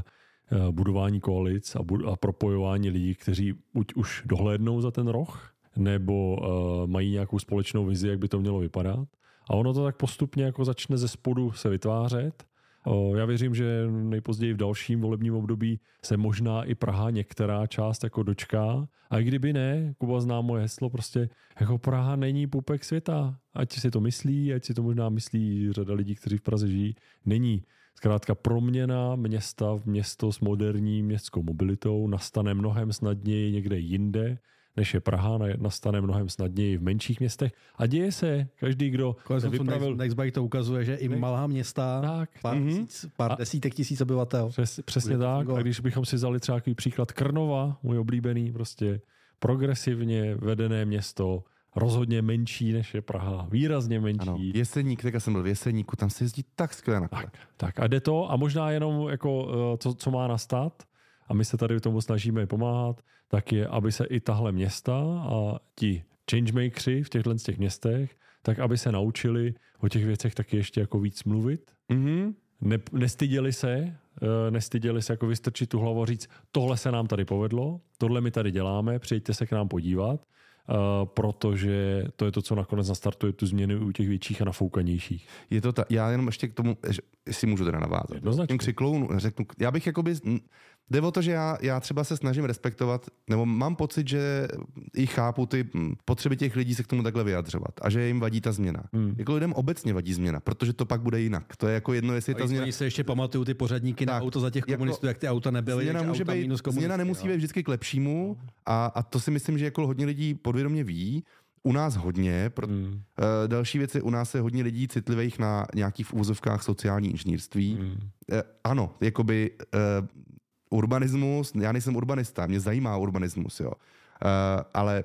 budování koalic a, bu- a propojování lidí, kteří buď už dohlédnou za ten roh, nebo uh, mají nějakou společnou vizi, jak by to mělo vypadat. A ono to tak postupně jako začne ze spodu se vytvářet. Uh, já věřím, že nejpozději v dalším volebním období se možná i Praha některá část jako dočká. A i kdyby ne, Kuba zná moje heslo, prostě jako Praha není pupek světa. Ať si to myslí, ať si to možná myslí řada lidí, kteří v Praze žijí, není. Zkrátka proměna města v město s moderní městskou mobilitou nastane mnohem snadněji někde jinde, než je Praha, nastane mnohem snadněji v menších městech. A děje se, každý, kdo se vypravil... Nextbike to ukazuje, že i malá města, tak, pár, mm-hmm. tisíc, pár a desítek tisíc obyvatel. Přes, přesně tak. A když bychom si vzali třeba takový příklad Krnova, můj oblíbený, prostě progresivně vedené město, rozhodně menší, než je Praha. Výrazně menší. Ano. Jeseník, tak já jsem byl v Jeseníku, tam se jezdí tak skvěle na kole. Tak, tak a jde to a možná jenom jako co, co má nastat, a my se tady tomu snažíme pomáhat, tak je, aby se i tahle města a ti changemakeri v těchto z těch městech, tak aby se naučili o těch věcech taky ještě jako víc mluvit. Mm-hmm. Ne, nestyděli se, nestyděli se jako vystrčit tu hlavu a říct, tohle se nám tady povedlo, tohle my tady děláme, přijďte se k nám podívat, Uh, protože to je to, co nakonec nastartuje tu změnu u těch větších a nafoukanějších. Je to ta, já jenom ještě k tomu, jestli můžu teda navázat. Jednoznačně. K křiklounu řeknu, já bych jakoby, jde o to, že já, já třeba se snažím respektovat, nebo mám pocit, že i chápu ty potřeby těch lidí se k tomu takhle vyjadřovat a že jim vadí ta změna. Hmm. Jako lidem obecně vadí změna, protože to pak bude jinak. To je jako jedno, jestli a ta změna... se ještě pamatuju ty pořadníky tak, na auto za těch komunistů, jako, jak ty auta nebyly. Změna, může být, změna nemusí být vždycky k lepšímu a, a to si myslím, že jako hodně lidí podvědomě ví. U nás hodně, pro, hmm. uh, další věci, u nás je hodně lidí citlivých na nějakých v úvozovkách sociální inženýrství. Hmm. Uh, ano, jakoby uh, urbanismus, já nejsem urbanista, mě zajímá urbanismus, jo. Uh, ale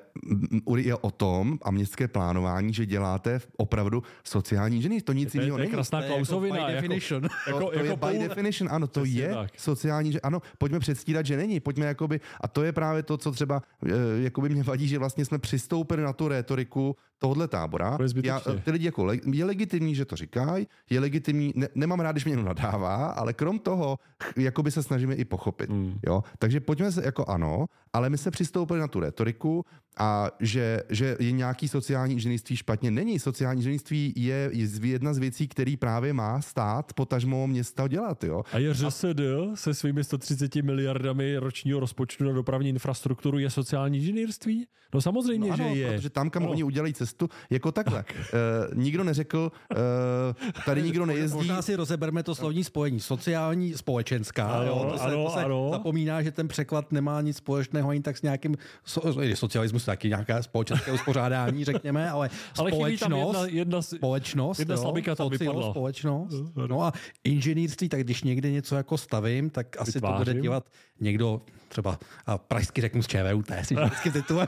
je o tom a městské plánování, že děláte opravdu sociální inženýrství. To nic jiného není. To je krásná klausovina. Jako by definition. Jako, jako, to, to jako je by definition, ano, to je tak. Sociální, že ano, pojďme předstírat, že není, pojďme jakoby, a to je právě to, co třeba uh, jakoby mě vadí, že vlastně jsme přistoupili na tu rétoriku tohohle tábora. Já, ty lidi jako, je legitimní, že to říkají, je legitimní, ne, nemám rád, když mě jenom nadává, ale krom toho, jakoby se snažíme i pochopit. Mm. Jo? Takže pojďme se jako ano, ale my se přistoupili na tu rétoriku a že, že je nějaký sociální inženýrství špatně. Není. Sociální inženýrství je jedna z věcí, který právě má stát potažmo města dělat. Jo? A je ŘSD se svými sto třiceti miliardami ročního rozpočtu na dopravní infrastrukturu je sociální inženýrství? No samozřejmě, no ano, že je. Protože tam, kam no. oni udělají cestu, jako takhle. Tak. Uh, nikdo neřekl, uh, tady nikdo nejezdí. Možná si rozeberme to slovní spojení. Sociální, společenská. Ano, jo? To se, ano, to se ano. zapomíná, že ten překlad nemá nic společného ani tak s nějakým so, socialismus, taky nějaké společenské uspořádání, řekněme, ale, ale společnost, jedna, jedna, společnost, jedna slabika tam vypadla. Společnost. No a inženýrství, tak když někde něco jako stavím, tak asi Vytvářím. to bude dělat někdo třeba a pražsky řeknu z ČVUT, si vždycky titulem.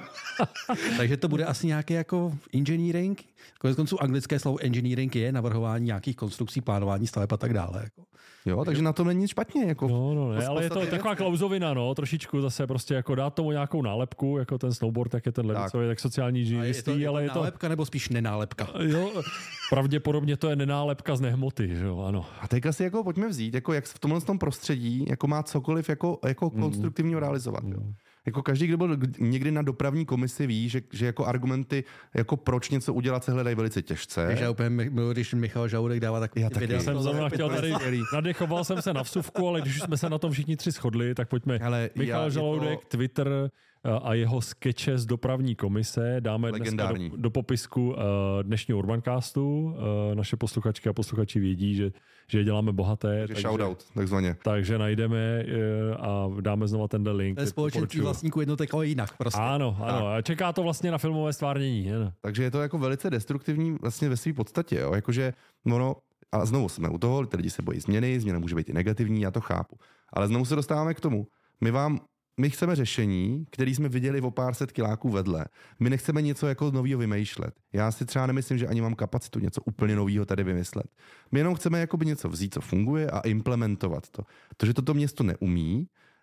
Takže to bude asi nějaký jako engineering. Konec konců anglické slovo engineering je navrhování nějakých konstrukcí, plánování staveb a tak dále. Jako. Jo, takže na tom není nic špatně. Jako no, no, ne, ale je to taková klauzovina, no, trošičku zase prostě jako dát tomu nějakou nálepku, jako ten snowboard, tak je ten levicový, tak, tak sociální inženýrství, ale je to nálepka nebo spíš nenálepka? Jo, pravděpodobně to je nenálepka z nehmoty, že jo, ano. A teďka si jako pojďme vzít, jako jak v tomhle tom prostředí, jako má cokoliv jako, jako mm. konstruktivního realizovat, jo. Jako každý, kdo byl někdy na dopravní komisi, ví, že, že jako argumenty, jako proč něco udělat, se hledají velice těžce. Takže úplně, když Michal Žaludek dává takový video. Já jsem zrovna chtěl tady, nadechoval jsem se na vsuvku, ale když jsme se na tom všichni tři shodli, tak pojďme. Hele, Michal já, Žaludek, to... Twitter a jeho skeče z dopravní komise dáme dneska do, do popisku uh, dnešního Urbancastu. Uh, naše posluchačky a posluchači vědí, že, že je děláme bohaté. Takže shoutout, takzvaně. Takže najdeme uh, a dáme znova tenhle link. To je společenství vlastníků jednotek, ale jinak prostě. Ano, ano. A čeká to vlastně na filmové stvárnění. Je? Takže je to jako velice destruktivní vlastně ve své podstatě. Jo? Jakože ono, a znovu jsme u toho, ty lidi se bojí změny, změna může být i negativní, já to chápu. Ale znovu se dostáváme k tomu. My vám My chceme řešení, které jsme viděli o pár set kiláků vedle. My nechceme něco jako novýho vymýšlet. Já si třeba nemyslím, že ani mám kapacitu něco úplně novýho tady vymyslet. My jenom chceme jakoby něco vzít, co funguje a implementovat to. To, že toto město neumí,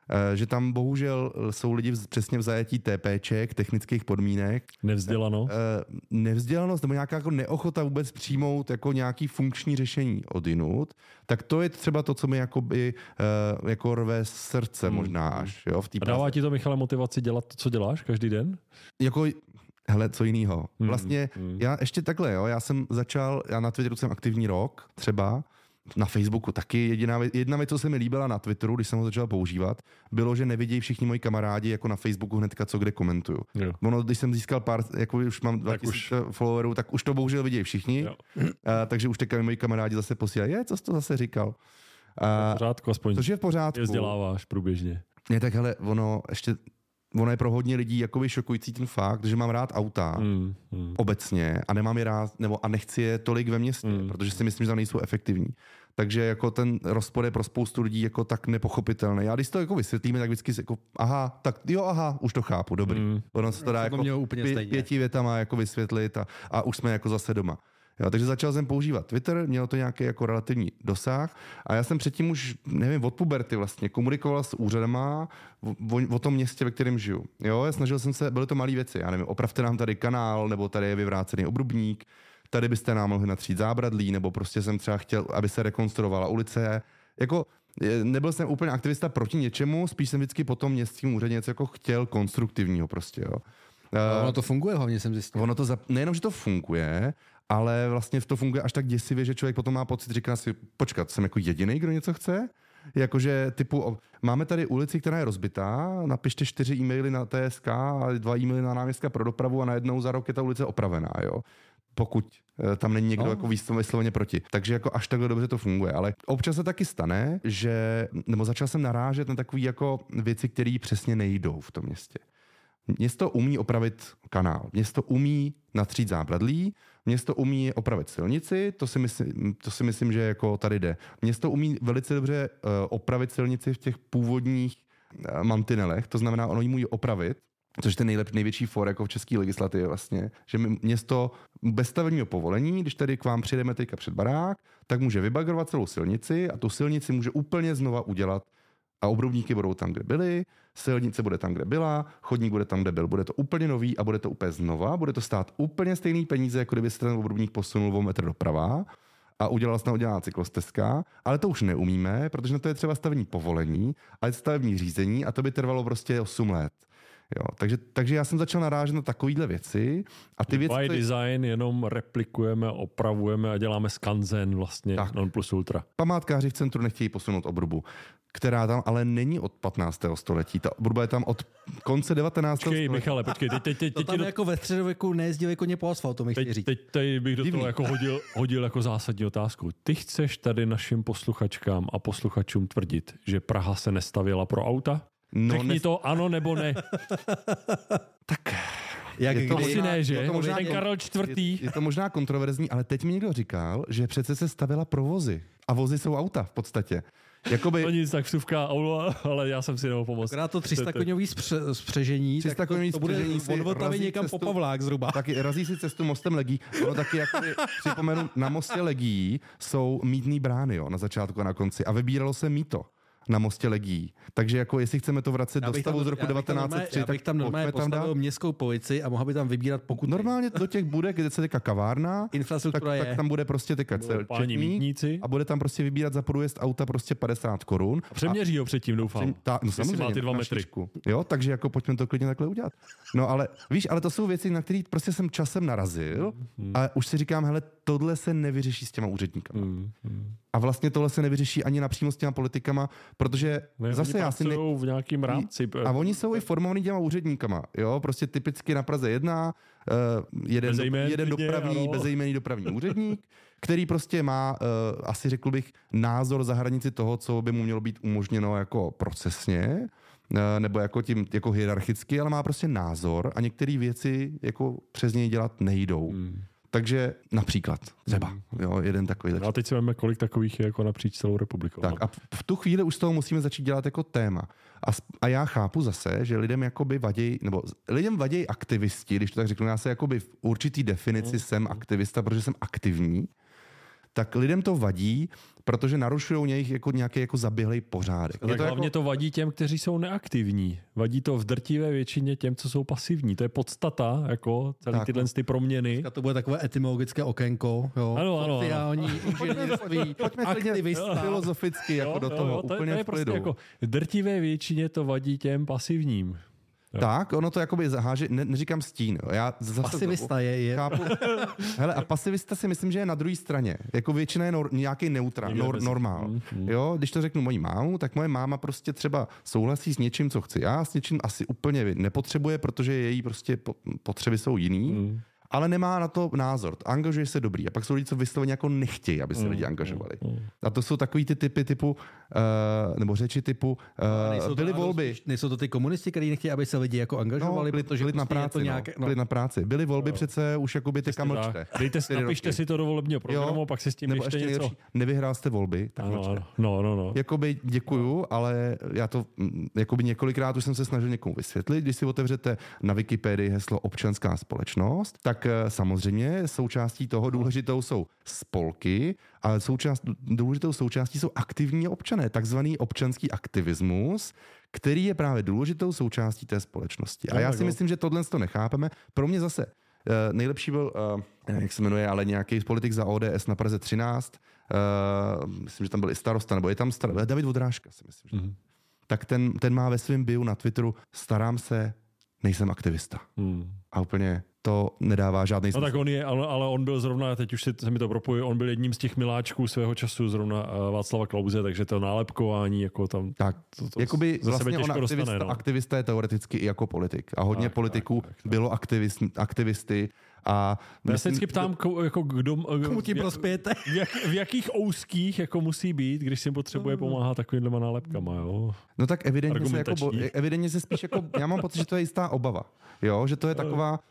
že tam bohužel jsou lidi přesně v zajetí TPček, technických podmínek. Nevzdělanost? Nevzdělanost nebo nějaká jako neochota vůbec přijmout jako nějaký funkční řešení odinut, tak to je třeba to, co mi jakoby, jako rve srdce hmm. možná až. Jo, v té A dává práci. Ti to, Michale, motivaci dělat to, co děláš každý den? Jako, hele, co jinýho. Vlastně hmm. já ještě takhle, jo, já jsem začal, já na Twitteru jsem aktivní rok třeba, na Facebooku taky. Jediná věc, jedna věc, co se mi líbila na Twitteru, když jsem ho začal používat, bylo, že nevidějí všichni moji kamarádi jako na Facebooku hnedka, co kde komentuju. Jo. Ono, když jsem získal pár, jako už mám dva tisíce followerů, tak už to bohužel vidějí všichni. A, takže už teďka moji kamarádi zase posílají, je, co jsi to zase říkal? A, v pořádku, aspoň. Což je v pořádku. Je vzděláváš průběžně. Je tak, hele, ono ještě ono je pro hodně lidí jakoby šokující ten fakt, že mám rád auta mm, mm. obecně a nemám je rád, nebo a nechci je tolik ve městě, mm. protože si myslím, že tam nejsou efektivní. Takže jako ten rozpor je pro spoustu lidí jako tak nepochopitelný. Já když to jako vysvětlíme, tak vždycky jako, aha, tak jo, aha, už to chápu, dobrý. Mm. Ono se to dá jako pě, pěti větama jako vysvětlit a, a už jsme jako zase doma. Jo, takže začal jsem používat Twitter, mělo to nějaký jako relativní dosah a já jsem předtím už, nevím, od puberty vlastně komunikoval s úřadama o, o tom městě, ve kterém žiju. Jo, já snažil jsem se, byly to malé věci, já nevím, opravte nám tady kanál, nebo tady je vyvrácený obrubník, tady byste nám mohli natřít zábradlí, nebo prostě jsem třeba chtěl, aby se rekonstruovala ulice. Jako nebyl jsem úplně aktivista proti něčemu, spíš jsem vždycky po tom městském úřadě něco jako chtěl konstruktivního prostě, jo. No, ono to funguje, hlavně jsem zjistil. Ono to za, nejenom, že to funguje, ale vlastně to funguje až tak děsivě, že člověk potom má pocit, říká si, počkat, jsem jako jediný, kdo něco chce? Jakože typu, máme tady ulici, která je rozbitá, napište čtyři e-maily na T S K a dva e-maily na náměstka pro dopravu a najednou za rok je ta ulice opravená, jo. Pokud tam není někdo no. jako vysloveně proti. Takže jako až takhle dobře to funguje. Ale občas se taky stane, že, nebo začal jsem narážet na takové jako věci, které přesně nejdou v tom městě. Město umí opravit kanál, město umí natřít zábradlí, město umí opravit silnici, to si myslím, to si myslím že jako tady jde. Město umí velice dobře uh, opravit silnici v těch původních uh, mantinelech, to znamená, ono ji může opravit, což je ten nejlepší, největší for jako v české legislativě vlastně, že město bez stavebního povolení, když tady k vám přijdeme teďka před barák, tak může vybagrovat celou silnici a tu silnici může úplně znova udělat a obrubníky budou tam, kde byly, silnice bude tam, kde byla, chodník bude tam, kde byl. Bude to úplně nový a bude to úplně znova, bude to stát úplně stejný peníze, jako kdyby se ten obrubník posunul o metr doprava a udělala se tam udělaná cyklostezka, ale to už neumíme, protože na to je třeba stavební povolení, ale stavební řízení a to by trvalo prostě osm let. Jo, takže, takže já jsem začal narážet na takovýhle věci. A ty věci, by design jenom replikujeme, opravujeme a děláme skanzen vlastně tak. Non plus ultra. Památkáři v centru nechtějí posunout obrubu, která tam ale není od patnáctého století. Ta obruba je tam od konce devatenáctého Počkej, století. Michale, počkej. Teď, teď, teď, to tam do... jako ve středověku nejezdili koně po asfaltu, mi chtějí říct. Teď, teď bych do Divný. toho jako hodil, hodil jako zásadní otázku. Ty chceš tady našim posluchačkám a posluchačům tvrdit, že Praha se nestavěla pro auta? No, Řekni nes... to ano nebo ne. Tak... Jak je to kdy? Asi ne, že? Je to možná, ten Karel čtvrtý. Je, je to možná kontroverzní, ale teď mi někdo říkal, že přece se stavila pro vozy. A vozy jsou auta v podstatě. Jakoby... To nic, tak vstupka aula, ale já jsem si nemohl pomoct. Akorát to tři sta koňový spře- spřežení, tři sta koňový to, to bude spřežení od Vltavy někam cestu, po Pavlák zhruba. Taky razí si cestu mostem Legií. Ono taky, jako připomenu, na mostě Legií jsou mýtný brány, jo, na začátku a na konci. A vybíralo se mýto na mostě Legií. Takže jako jestli chceme to vracet do stavu z roku devatenáct set tři, já bych tam normálně postavil městskou policii a mohla by tam vybírat pokuty. Normálně do těch bude, kde se teďka kavárna, infrastruktura tak, je. tak tam bude prostě teďka četník a bude tam prostě vybírat za průjezd auta prostě padesát korun. A přeměří ho předtím, doufám. Ta, no samozřejmě, má ty dva metry. Šičku. Jo, takže jako pojďme to klidně takhle udělat. No ale víš, ale to jsou věci, na které prostě jsem časem narazil hmm. a už si říkám, hele, tohle se nevyřeší s těma úředníkama. Hmm. Hmm. A vlastně tohle se nevyřeší ani napřímo s těma politikama, protože ne, zase já si ne... v nějakým rámci. A oni jsou i formovaní těma úředníkama, jo, prostě typicky na Praze jedna, uh, jeden, do, jeden dopravní, bezejmenný dopravní úředník, který prostě má, uh, asi řekl bych, názor za hranici toho, co by mu mělo být umožněno jako procesně, uh, nebo jako tím, jako hierarchicky, ale má prostě názor a některé věci jako přes něj dělat nejdou. Hmm. Takže například třeba, jo, jeden takový. A teď si veme, kolik takových je jako napříč celou republikou. Tak a v tu chvíli už z toho musíme začít dělat jako téma. A, a já chápu zase, že lidem jakoby vadějí, nebo lidem vadějí aktivisti, když to tak řeknu, já se jakoby v určitý definici mm. jsem aktivista, protože jsem aktivní, tak lidem to vadí, protože narušují nějaký jako, nějaký jako zaběhlej pořádek. Tak to hlavně jako... to vadí těm, kteří jsou neaktivní. Vadí to v drtivé většině těm, co jsou pasivní. To je podstata, jako celý tak, tyhle ty proměny. To bude takové etymologické okénko. Jo? Ano, ano. Sociální inženýrství, aktivista. Filozoficky jako jo, do toho, jo, to úplně je, to je v klidu. prostě jako v drtivé většině to vadí těm pasivním. Jo. Tak, ono to jakoby zaháže, ne, neříkám stín. Jo. Já zase pasivista je, je. Chápu. Hele, a pasivista si myslím, že je na druhé straně. Jako většina je nor, nějaký neutrál, nor, normál. Mm, mm. Jo, když to řeknu mojí mámu, tak moje máma prostě třeba souhlasí s něčím, co chci já, s něčím asi úplně nepotřebuje, protože její prostě potřeby jsou jiný. Mm. Ale nemá na to názor. Angažuje se dobrý. A pak jsou lidi, co vysloveně jako nechtějí, aby se lidi angažovali. A to jsou takový ty typy typu, uh, nebo řeči typu, uh, byly volby. Nejsou to ty komunisti, kteří nechtějí, aby se lidi jako angažovali, no, byli, protože byli na práci, to nějaké, no. byli na práci. Byly volby no. přece už jakoby teďka mlčte. Dejte si, napište si to do volebního programu, jo, pak si s tím ještě něco. Nejlepší, nevyhrál jste volby, tak ano, no, no, no. Jakoby děkuju, ale já to jakoby několikrát už jsem se snažil někomu vysvětlit. Když si otevřete na Wikipedii heslo občanská společnost, tak samozřejmě součástí toho důležitou jsou spolky, ale součást, důležitou součástí jsou aktivní občané, takzvaný občanský aktivismus, který je právě důležitou součástí té společnosti. A já si myslím, že tohle to nechápeme. Pro mě zase uh, nejlepší byl, uh, jak se jmenuje, ale nějaký politik za O D S na Praze třináct, uh, myslím, že tam byl i starosta, nebo je tam star- David Vodrážka, si myslím. Že. Mm-hmm. Tak ten, ten má ve svém bio na Twitteru starám se, nejsem aktivista. Mm. A úplně to nedává žádný smysl. No tak on je, ale, ale on byl zrovna, teď už se mi to propojuje, on byl jedním z těch miláčků svého času, zrovna Václava Klause, takže to nálepkování, jako tam... Tak, to, to jakoby vlastně on aktivista, dostane, no. aktivista je teoreticky i jako politik. A hodně tak, politiků tak, tak, bylo aktivist, aktivisty a... Já se vždycky ptám, ko, jako kdo... Komu tím prospějete? V, jak, v jakých ouských jako musí být, když si potřebuje pomáhat takovýmhlema nálepkama, jo? No tak evidentně se, jako, evidentně se spíš jako... Já mám pocit, že to je jistá obava. Jo, že to je taková...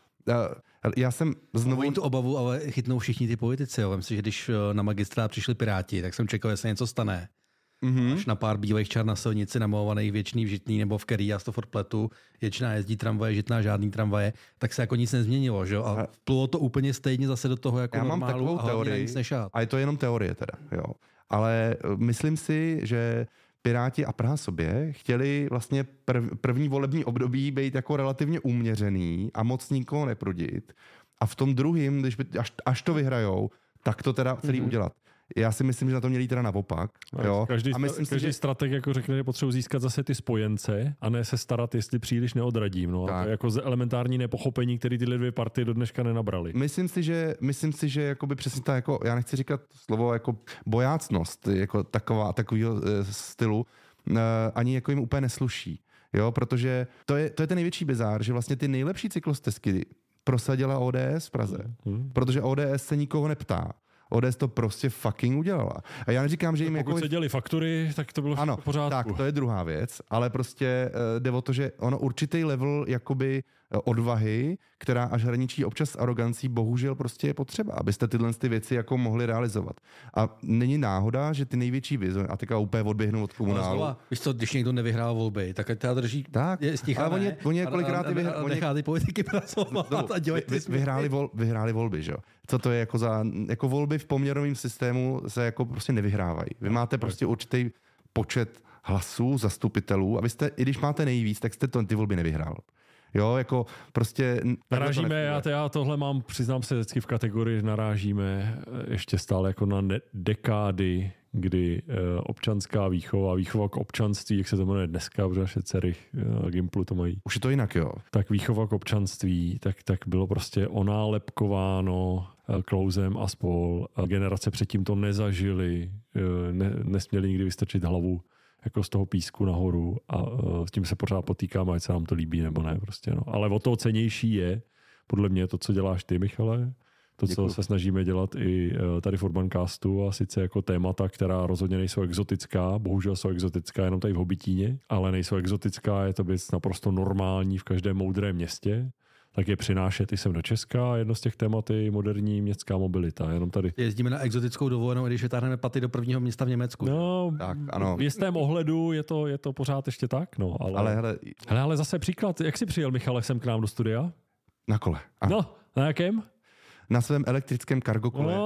Já jsem znovu... Oni tu obavu, ale chytnou všichni ty politici. Jo. Myslím, že když na magistrát přišli Piráti, tak jsem čekal, jestli něco stane. Mm-hmm. Až na pár bílých čar na silnici namalovaných věčný v Žitný nebo v Kerry, já to furt pletu, většina jezdí tramvaje, Žitná žádný tramvaje, tak se jako nic nezměnilo, že jo? A vplulo to úplně stejně zase do toho jako já normálu mám takovou a teorii, nic nešát. A je to jenom teorie teda, jo. Ale myslím si, že Piráti a Praha sobě chtěli vlastně prv, první volební období být jako relativně uměřený a moc nikoho neprudit. A v tom druhém, když by, až, až to vyhrajou, tak to teda celý mm-hmm. udělat. Já si myslím, že na to měli teda naopak. Jo? Každý, a myslím každý si, že... strateg jako řekne, že potřebuji získat zase ty spojence a ne se starat, jestli příliš neodradím. No. A to je jako elementární nepochopení, který tyhle dvě partie do dneška nenabrali. Myslím si, že, myslím si, že jakoby přesně ta, jako, já nechci říkat slovo jako bojácnost, jako taková, takovýho uh, stylu, uh, ani jako jim úplně nesluší. Jo? Protože to je, to je ten největší bizár, že vlastně ty nejlepší cyklostezky prosadila O D S v Praze. Hmm. Hmm. Protože O D S se nikoho neptá. O D S to prostě fucking udělala. A já neříkám, že jim pokud jako... se děli faktury, tak to bylo ano, v pořádku. Tak, to je druhá věc, ale prostě uh, jde o to, že ono určitý level jakoby uh, odvahy, která až hraničí občas s arogancí, bohužel prostě je potřeba, abyste tyhle ty věci jako mohli realizovat. A není náhoda, že ty největší vize, a teďka úplně odběhnu od komunálu. Ale víš co, když někdo nevyhrál volby, tak ať teda drží tak, je sticha, ale oni, oni kolikrát ty vyhrál, nechá ty politiky pracovat a dělají ty vy, vyhráli, vol, vyhráli volby, že jo? Co to je jako za, jako volby v poměrovém systému se jako prostě nevyhrávají. Vy máte prostě určitý počet hlasů, zastupitelů a vy jste, i když máte nejvíc, tak jste to, ty volby nevyhrál. Jo, jako prostě... Narážíme, já, já tohle mám, přiznám se vždycky v kategorii, narážíme ještě stále jako na ne- dekády, kdy e, občanská výchova, výchova k občanství, jak se to jmenuje dneska, protože naše dcery e, Gimplu to mají. Už je to jinak, jo. Tak výchova k občanství, tak, tak bylo prostě onálepkováno e, Klausem a spol. A generace předtím to nezažili, e, ne, nesměli nikdy vystrčit hlavu jako z toho písku nahoru a uh, s tím se pořád potýkáme, ať se nám to líbí nebo ne. Prostě, no. Ale o to cennější je, podle mě, to, co děláš ty, Michale, to, Děkuju. co se snažíme dělat i uh, tady v Urbancastu, a sice jako témata, která rozhodně nejsou exotická, bohužel jsou exotická jenom tady v Hobitíně, ale nejsou exotická, je to věc naprosto normální v každém moudrém městě, tak je přinášet i sem do Česka. Jedno z těch témat je moderní městská mobilita. Jenom tady. Jezdíme na exotickou dovolenou, když vytáhneme paty do prvního města v Německu. No, tak, ano. V jistém ohledu je to, je to pořád ještě tak. No, ale, ale, hele, hele, ale zase příklad. Jak jsi přijel, Michale, sem k nám do studia? Na kole. Aha. No, na jakém? Na svém elektrickém kargo kole. No,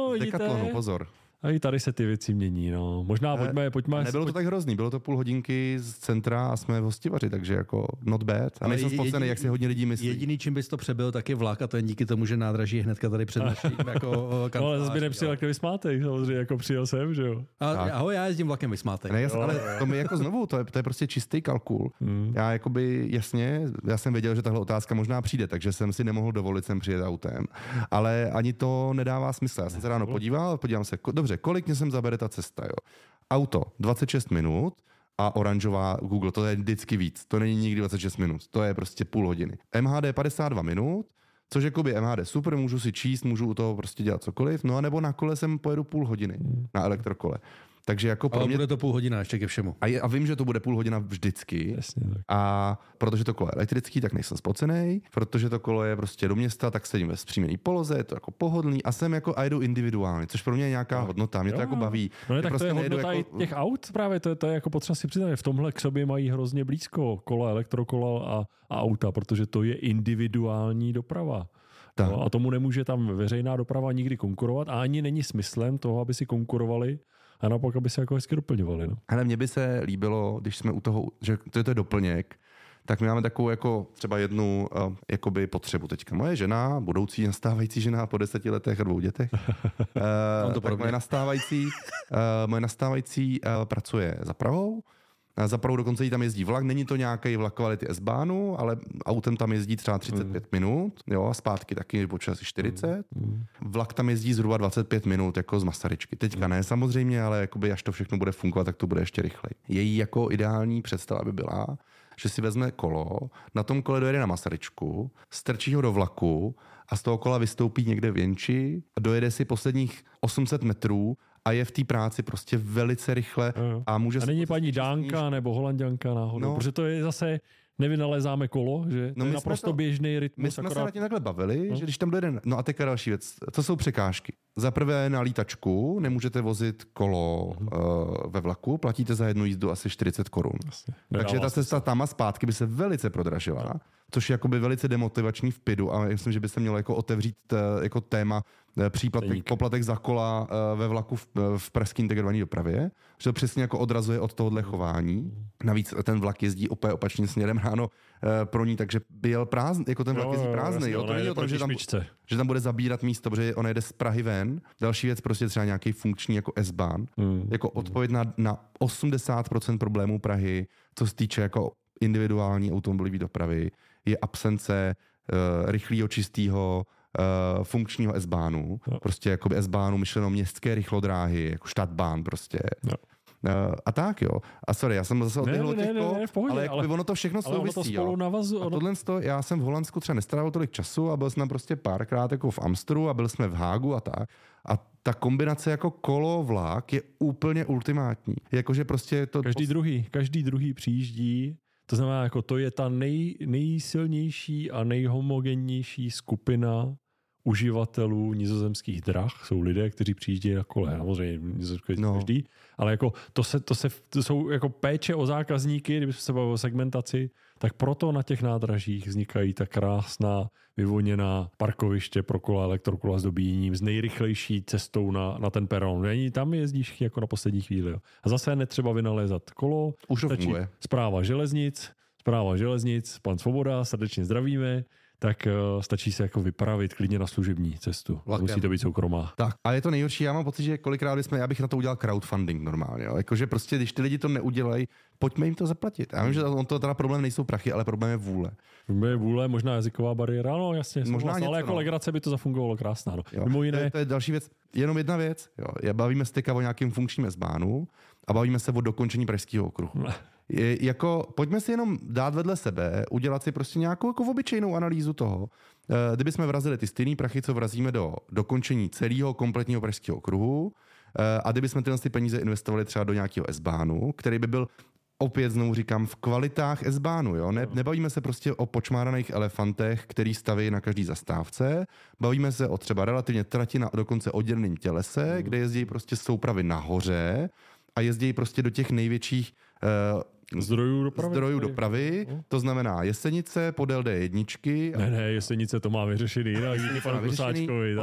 no, z Decathlonu, pozor. A i tady se ty věci mění, no. Možná pojďme, pojďme. Nebylo to pojď... tak hrozný, bylo to půl hodinky z centra a jsme v Hostivaři, takže jako not bad. A nejsem spocený, jak si hodně lidí myslí. Jediný, čím bys to přebyl, tak je vlak a to je díky tomu, že nádraží je hnedka tady před naším jako kanceláří. No, ale zase by nepřijel jak Vysmátej, samozřejmě, jako přijel jsem, že jo. A, ahoj, já jezdím vlakem Vysmátej. Ne, jasný, ale to mi jako znovu, to je, to je prostě čistý kalkul. Hmm. Já jakoby jasně, já jsem věděl, že tahle otázka možná přijde, takže jsem si nemohl dovolit sem přijet autem. Ale ani to nedává smysl. Já jsem se ráno podíval, podívám se, dobře, kolik mě sem zabere ta cesta, jo. Auto dvacet šest minut a oranžová Google, to je vždycky víc. To není nikdy dvacet šest minut, to je prostě půl hodiny. M H D padesát dva minut, což jakoby M H D super, můžu si číst, můžu u toho prostě dělat cokoliv, no a nebo na kole sem pojedu půl hodiny, na elektrokole. Takže jako pro ale mě... bude to půl hodina ještě ke všemu. A, je, a vím, že to bude půl hodina vždycky. Jasně, tak. A protože to kolo je elektrický, tak nejsem spocený. Protože to kolo je prostě do města, tak sedím ve zpříjmený poloze, je to jako pohodlný a jsem jako a jedu individuálně, což pro mě je nějaká no. hodnota, mě jo. to jako baví. No ne, tak prostě to je hodnota jako... těch aut právě, to je, to je jako potřeba si přiznat. V tomhle k sobě mají hrozně blízko kola, elektrokola a, a auta, protože to je individuální doprava. No, a tomu nemůže tam veřejná doprava nikdy konkurovat a ani není smyslem toho, aby si konkurovali a naopak, aby se jako hezky doplňovali. No. Ale mně by se líbilo, když jsme u toho, že to je to doplněk, tak my máme takovou jako třeba jednu uh, jakoby potřebu teďka. Moje žena, budoucí nastávající žena po deseti letech a dvou dětech, uh, to tak moje nastávající, uh, moje nastávající uh, pracuje za Prahou. Za Prahou dokonce jí tam jezdí vlak, není to nějaký vlak kvality S-Bahnu, ale autem tam jezdí třeba třicet pět mm. minut, jo, a zpátky taky po čase čtyřicet. Mm. Vlak tam jezdí zhruba dvacet pět minut, jako z Masaryčky. Teďka ne samozřejmě, ale jakoby až to všechno bude fungovat, tak to bude ještě rychleji. Její jako ideální představa by byla, že si vezme kolo, na tom kole dojede na Masaryčku, strčí ho do vlaku a z toho kola vystoupí někde v Jenči a dojede si posledních osm set metrů a je v té práci prostě velice rychle. A, může a není paní Dánka níž... nebo Holanďanka náhodou, no. Protože to je zase, nevynalézáme kolo, že to no je naprosto to, běžný rytmus. My jsme akorát... se na tím takhle bavili, no. že když tam dojde, no a teďka další věc, co jsou překážky? Za prvé na lítačku nemůžete vozit kolo hmm. uh, ve vlaku, platíte za jednu jízdu asi čtyřicet korun. Takže ta cesta tam a zpátky by se velice prodražila. No. Což je jakoby velice demotivační v pidu a myslím, že by se mělo jako otevřít jako téma příplatek, poplatek za kola ve vlaku v, v pražské integrované dopravě, že to přesně jako odrazuje od tohohle chování. Navíc ten vlak jezdí úplně opačným směrem ráno pro ní, takže by jel prázdný, jako ten vlak jezdí prázdný. Jo, to není o tom, že tam, že tam bude zabírat místo, protože on jede z Prahy ven. Další věc prostě třeba nějaký funkční jako S-Bahn, hmm. jako odpověď na, na osmdesát procent problémů Prahy, co se týče jako individuální automobilové dopravy, je absence uh, rychlého, čistého, uh, funkčního S-Bahnu. No. Prostě jako S-Bahnu myšleno městské rychlodráhy, jako Stadtbahn prostě. No. Uh, a tak jo. A sorry, já jsem zase odběhl od těch kol, ale, ale ono to všechno souvisí. To navazu, a tohle to, já jsem v Holandsku třeba nestrávil tolik času a byl jsem tam prostě párkrát jako v Amsteru a byl jsme v Hágu a tak. A ta kombinace jako kolo, vlak je úplně ultimátní. Jakože prostě to... Každý druhý, každý druhý přijíždí. To znamená, jako to je ta nej, nejsilnější a nejhomogennější skupina uživatelů nizozemských drah. Jsou lidé, kteří přijíždějí na kole. Samozřejmě nizozemský no. každý. Ale jako to, se, to, se, to jsou jako péče o zákazníky, kdybychom se bavili o segmentaci, tak proto na těch nádražích vznikají ta krásná, vyvoněná parkoviště pro kola, elektrokola s dobíjením, s nejrychlejší cestou na, na ten peron. Tam jezdíš jako na poslední chvíli. Jo. A zase netřeba vynalézat kolo. Už to funguje. Správa železnic, správa železnic, pan Svoboda, srdečně zdravíme. Tak uh, stačí se jako vypravit klidně na služební cestu. Vlakem. Musí to být soukromá. Tak, a je to nejhorší, já mám pocit, že kolikrát jsme, já bych na to udělal crowdfunding normálně. Jo? Jakože prostě, když ty lidi to neudělají, pojďme jim to zaplatit. Já vím, že on to teda problém nejsou prachy, ale problém je vůle. Problém je vůle, možná jazyková bariéra, no jasně, možná něco, ale jako no. legrace by to zafungovalo krásná. No. Mimo jiné... to, je, to je další věc, jenom jedna věc. Jo. Já bavíme se teďka o nějakým funkčním S-Bahnu a bavíme se o dokončení pražského okruhu. Je, jako, pojďme si jenom dát vedle sebe, udělat si prostě nějakou jako obyčejnou analýzu toho, kdyby jsme vrazili ty stejný prachy, co vrazíme do dokončení celého kompletního pražského okruhu a kdyby jsme tyhle ty peníze investovali třeba do nějakého S-Bahnu, který by byl opět znovu říkám, v kvalitách S-Bahnu, jo? Ne, nebavíme se prostě o počmáraných elefantech, který staví na každý zastávce, bavíme se o třeba relativně trati na dokonce odděleném tělese, mm. kde jezdí prostě soupravy nahoře a jezdí prostě do těch největších Zdrojů dopravy? Zdrojů dopravy, to znamená Jesenice, podél D jedna. Ne, ne, Jesenice to má vyřešený, no, díky panu Krusáčkovi.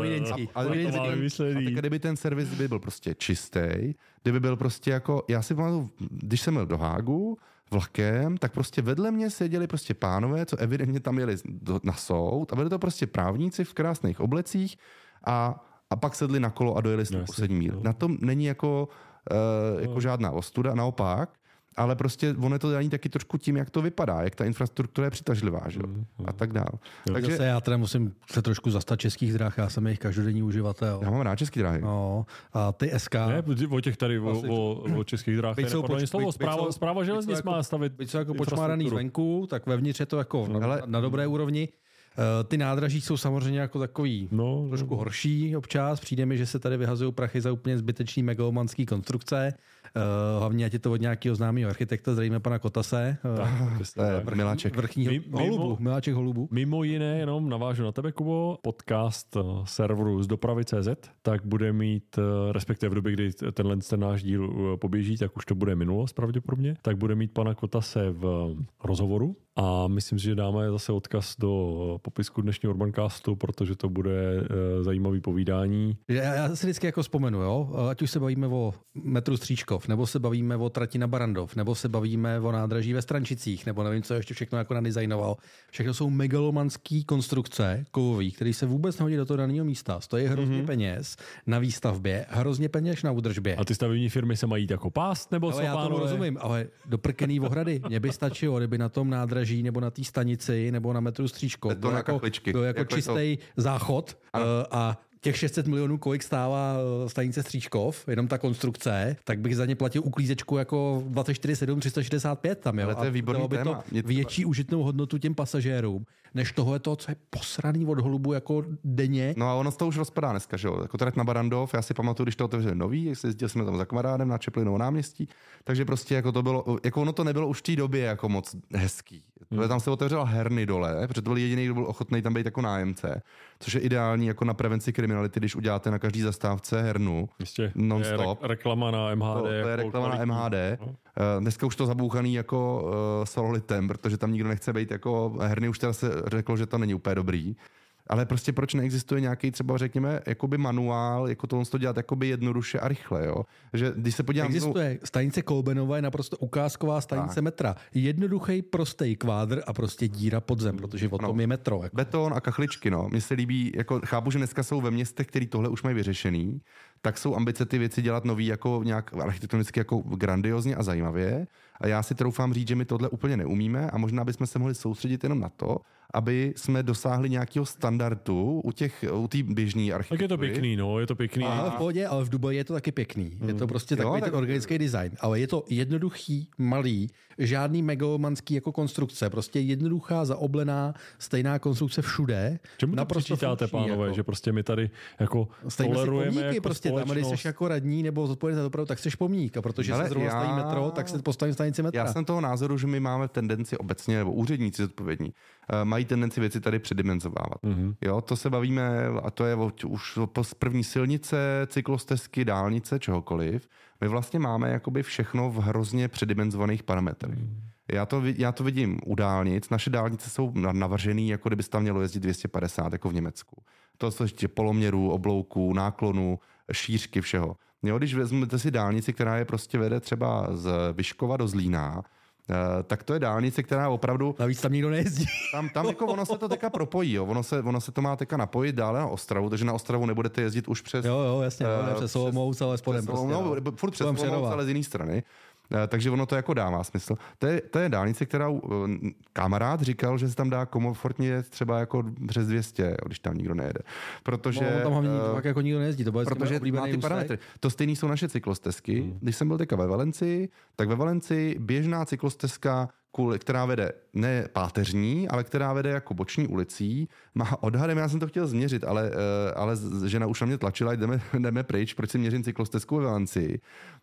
A kdyby ten servis by byl prostě čistý, kdyby byl prostě jako, já si pamatuju, když jsem byl do Hágu vlakem, tak prostě vedle mě seděli prostě pánové, co evidentně tam jeli na soud a byli to prostě právníci v krásných oblecích a, a pak sedli na kolo a dojeli z poslední míl. Na tom není jako, uh, jako no. žádná ostuda, naopak, ale prostě ono je to daný taky trošku tím, jak to vypadá, jak ta infrastruktura je přitažlivá, že? Mm, mm. a tak dál. Jo, takže zase já teda musím se trošku zastat českých dráh, já jsem jejich každodenní uživatel. Já mám rád český dráhy. No, a ty S K... Ne, o těch tady, o, o, o českých dráh, byť jsou poč, slovo, správa, správa železnic jako, má stavit. Byť jsou jako počmáraný zvenku, tak vevnitř je to jako na, na, na dobré úrovni. Uh, ty nádraží jsou samozřejmě jako takový no, trošku horší občas. Přijde mi, že se tady vyhazují prachy za úplně zbytečný megalomanský konstrukce. Uh, hlavně ať je to od nějakého známého architekta, zdravíme pana Kotase. Uh, vrchní, Miláček. Vrchního mimo, holubu, Miláček holubu. Mimo jiné, jenom navážu na tebe, Kubo, podcast uh, serveru z dopravy tečka cé zet, tak bude mít, uh, respektive v době, kdy tenhle ten náš díl uh, poběží, tak už to bude minulost pravděpodobně, tak bude mít pana Kotase v uh, rozhovoru. A myslím si, že dáme zase odkaz do popisku dnešního Urbancastu, protože to bude e, zajímavý povídání. Já, já si vždycky jako vzpomenu, jo? Ať už se bavíme o metru Stříčkov, nebo se bavíme o trati na Barandov, nebo se bavíme o nádraží ve Strančicích, nebo nevím, co ještě všechno jako nadizajnoval. Všechno jsou megalomanský konstrukce kovový, které se vůbec nehodí do toho daného místa. Stojí hrozně mm-hmm. peněz na výstavbě, hrozně peněz na údržbě. A ty stavební firmy se mají jako pást, nebo ale já tomu rozumím, ale do prkený ohrady. Mě by stačilo, kdyby na tom nádraží nebo na té stanici nebo na metru Stříčkov byl jako, byl jako, jako čistý to... záchod uh, a těch šest set milionů, kolik stála stanice Stříčkov, jenom ta konstrukce, tak bych za ně platil uklízečku jako dvacet čtyři sedm tři sta šedesát pět tam, jo. Ale to je výborný by téma. To větší užitnou hodnotu těm pasažérům, než toho je to, co je posraný od holubu jako denně. No a ono se to už rozpadá dneska, že jo. Jako trať na Barandov, já si pamatuju, když to otevřeli nový, jak se jezdil jsme tam za kamarádem na Čeplinovou náměstí, takže prostě jako to bylo, jako ono to nebylo už v té době jako moc hezký. Hmm. Tam se otevřela herny dole, protože to byl jediný, kdo byl ochotný tam být jako nájemce, což je ideální jako na prevenci kriminality, když uděláte na každý zastávce hernu non-stop. Je reklama na M H D. To, to je reklama na M H D. No. Dneska už to zabouchaný jako uh, sololitem, protože tam nikdo nechce být jako herny, už teda se řeklo, že to není úplně dobrý. Ale prostě proč neexistuje nějaký třeba, řekněme, jakoby manuál, jako tohle to dělat jakoby jednoduše a rychle, jo? Že když se podívám... Existuje. Stanice Kolbenova je naprosto ukázková stanice tak. metra. Jednoduchý, prostý kvádr a prostě díra pod zem, protože o tom no. je metro. Jako. Beton a kachličky, no. Mně se líbí, jako chápu, že dneska jsou ve městech, který tohle už mají vyřešený, tak jsou ambice ty věci dělat nový jako nějak architektonicky jako grandiozně a zajímavě. A já si troufám říct, že my tohle úplně neumíme a možná bychom se mohli soustředit jenom na to, aby jsme dosáhli nějakého standardu u těch u té běžné architektury. Tak je to pěkný, no, je to pěkný. Ale v pohodě, ale v Dubaji je to taky pěkný. Mm. Je to prostě takový jo, tak... ten organický design, ale je to jednoduchý, malý, žádný megalomanský jako konstrukce, prostě jednoduchá, zaoblená, stejná konstrukce všude. Čemu to přičítáte, pánové, jako... že prostě my tady jako Stejme tolerujeme jako prostě tam, když jsi jako radní nebo zodpovědný za dopravu, tak jsi pomník, a protože se zrovna já... staví metro, tak se postaví stanici metra. Já jsem toho názoru, že my máme tendenci obecně, nebo úředníci zodpovědní, mají tendenci věci tady předimenzovávat. Mm-hmm. Jo, to se bavíme, a to je už z první silnice, cyklostezky, dálnice, čehokoliv. My vlastně máme jakoby všechno v hrozně předimenzovaných parametrech. Mm. Já to, já to vidím u dálnic. Naše dálnice jsou navržený, jako kdyby se tam mělo jezdit dvě stě padesát, jako v Německu. To jsou ještě poloměrů, oblouků, náklonů, šířky, všeho. Jo, když vezmete si dálnici, která je prostě vede třeba z Vyškova do Zlína, Uh, tak to je dálnice, která opravdu... Navíc tam nikdo nejezdí. Tam, tam jako ono se to teďka propojí, jo. Ono, se, ono se to má teďka napojit dále na Ostravu, takže na Ostravu nebudete jezdit už přes... Jo, jo, jasně, uh, přes Olomouc, ale spodem prostě. No, furt přes Olomouc, ale z jiné strany. Takže ono to jako dává smysl. To je, to je dálnice, kterou kamarád říkal, že se tam dá komfortně jet třeba jako přes dvě stě, když tam nikdo nejede. Protože... No, tam hlavně uh, jako nikdo nejezdí. To protože má ty parametry. To stejný jsou naše cyklostezky. Hmm. Když jsem byl teďka ve Valencii, tak ve Valencii běžná cyklostezka, která vede ne páteřní, ale která vede jako boční ulicí, má odhadem, já jsem to chtěl změřit, ale, ale žena už na mě tlačila, jdeme, jdeme pryč, proč si měřím cyklostezku ve Valencii,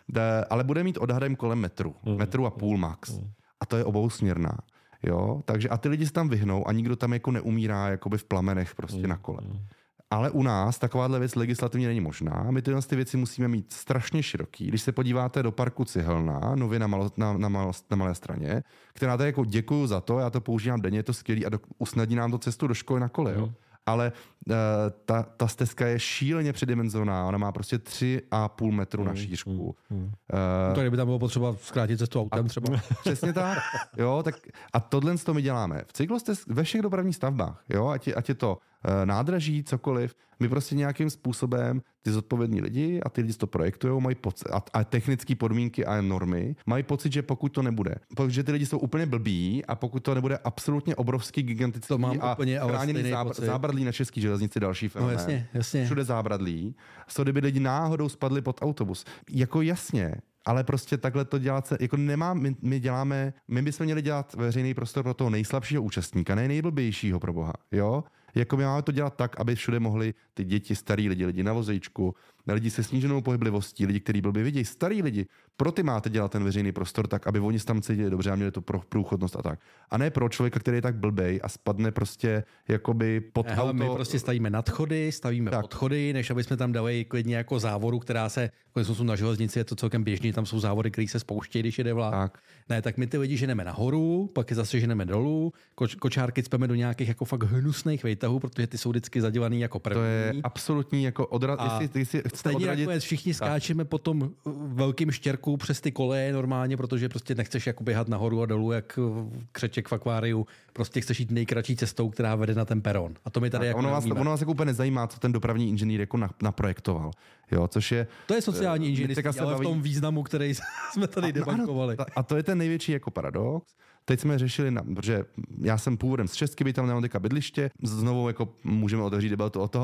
ale bude mít odhadem kolem metru, metru a půl max. A to je obousměrná. Jo? Takže a ty lidi se tam vyhnou a nikdo tam jako neumírá jakoby v plamenech prostě na kole. Ale u nás takováhle věc legislativně není možná. My tyhle ty věci musíme mít strašně široký. Když se podíváte do parku Cihelna, nově na, malo, na, na, malo, na Malé Straně, která tady jako děkuju za to, já to používám denně, je to skvělý a do, usnadní nám to cestu do školy na kole. Jo. Ale uh, ta, ta stezka je šíleně předimenzovaná, ona má prostě tři a půl metru na šířku. Hmm. Hmm. Uh, to kdyby tam bylo potřeba zkrátit cestu autem a, třeba. Přesně tak. Jo, tak a tohle to my děláme. V cyklostez, ve všech dopravních stavbách, jo, ať je, ať je to uh, nádraží, cokoliv, my prostě nějakým způsobem ty zodpovědní lidi a ty lidi, co to projektujou, mají pocit, a, a technické podmínky a normy, mají pocit, že pokud to nebude, protože ty lidi jsou úplně blbí a pokud to nebude absolutně obrovský, gigantický to mám a úplně, chráněný zábr- zábradlí na český železnici, další fenomén. No jasně, jasně. Všude zábradlí. Co kdyby lidi náhodou spadli pod autobus? Jako jasně, ale prostě takhle to dělat se, jako nemá, my, my děláme, my bychom měli dělat veřejný prostor pro toho nejslabšího účastníka, ne nejblbějšího pro boha, jo? Jako my máme to dělat tak, aby všude mohli ty děti, starý lidi, lidi na vozejčku, lidi se sníženou pohyblivostí, lidi, kteří blbě vidějí, starý lidi. Pro ty máte dělat ten veřejný prostor tak, aby oni tam cítili dobře a měli tu průchodnost a tak. A ne pro člověka, který je tak blbej a spadne prostě jakoby pod ne, auto. My prostě stavíme nadchody, stavíme tak. podchody, než aby jsme tam dali klidně jako závoru, která se, jako na železnici je to celkem běžný, tam jsou závory, které se spouštějí, když jede vlak. Tak. Ne, tak my ty lidi ženeme nahoru, pak je zase ženeme dolů, koč, kočárky cpeme do nějakých jako fakt hnusných vejtahů, protože ty jsou vždycky zadělaný jako první. To je absolutní jako odrad. A jestli, jestli stejně odradit... jako všichni skáčeme po tom velkým štěrku přes ty koleje normálně, protože prostě nechceš jako běhat nahoru a dolů jak křeček v akváriu. Prostě chceš jít nejkratší cestou, která vede na ten peron. A to mi tady tak, jako ono vás, ono vás jako úplně nezajímá, co ten dopravní inženýr jako naprojektoval. Jo, což je... To je sociální inženýrství, ale baví... v tom významu, který jsme tady debankovali. A, a to je ten největší jako paradox. Teď jsme řešili, na, protože já jsem původem z Česky, by tam nemám teďka bydliště, znovu jako můžeme otevřít debatu o tom.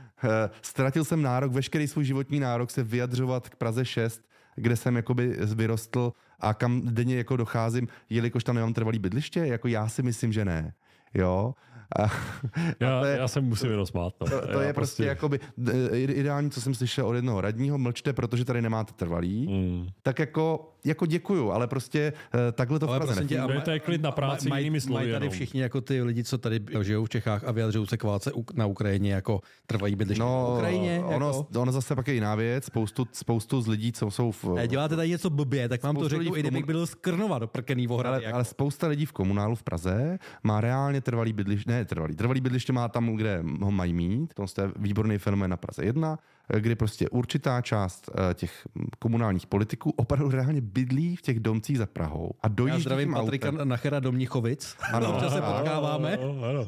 Ztratil jsem nárok, veškerý svůj životní nárok se vyjadřovat k Praze šest, kde jsem jakoby vyrostl a kam denně jako docházím, jelikož tam nemám trvalý bydliště, jako já si myslím, že ne. Jo. A, já, a je, já se musím jenom smát. No. To, to je prostě, prostě jakoby ideální, co jsem slyšel od jednoho radního, mlčte, protože tady nemáte trvalý. Mm. Tak jako, jako děkuju, ale prostě takhle to v Praze nefunguje. To je klid na práci maj, jinými slovy. Mají tady jenom. Všichni jako ty lidi, co tady žijou v Čechách a vyjadřují se k válce na Ukrajině, jako trvají bydliště no, na Ukrajině. Ono, jako... ono zase pak je jiná věc, spoustu, spoustu z lidí, co jsou v... Ne, děláte tady něco blbě, tak vám to řeknu, i kdybych byl z Krnova do prkený ohrady. Ale, jako. ale spousta lidí v komunálu v Praze má reálně trvalý bydliště, ne trvalý, trvalý bydliště má tam, kde ho mají mít, to je výborný fenomén na Praze jedna, kdy prostě určitá část těch komunálních politiků opravdu reálně bydlí v těch domcích za Prahou. A dojíždí. Já zdravím Patrika autem. Nachera do Mnichovic. Ano, ano, se potkáváme. Ano, ano.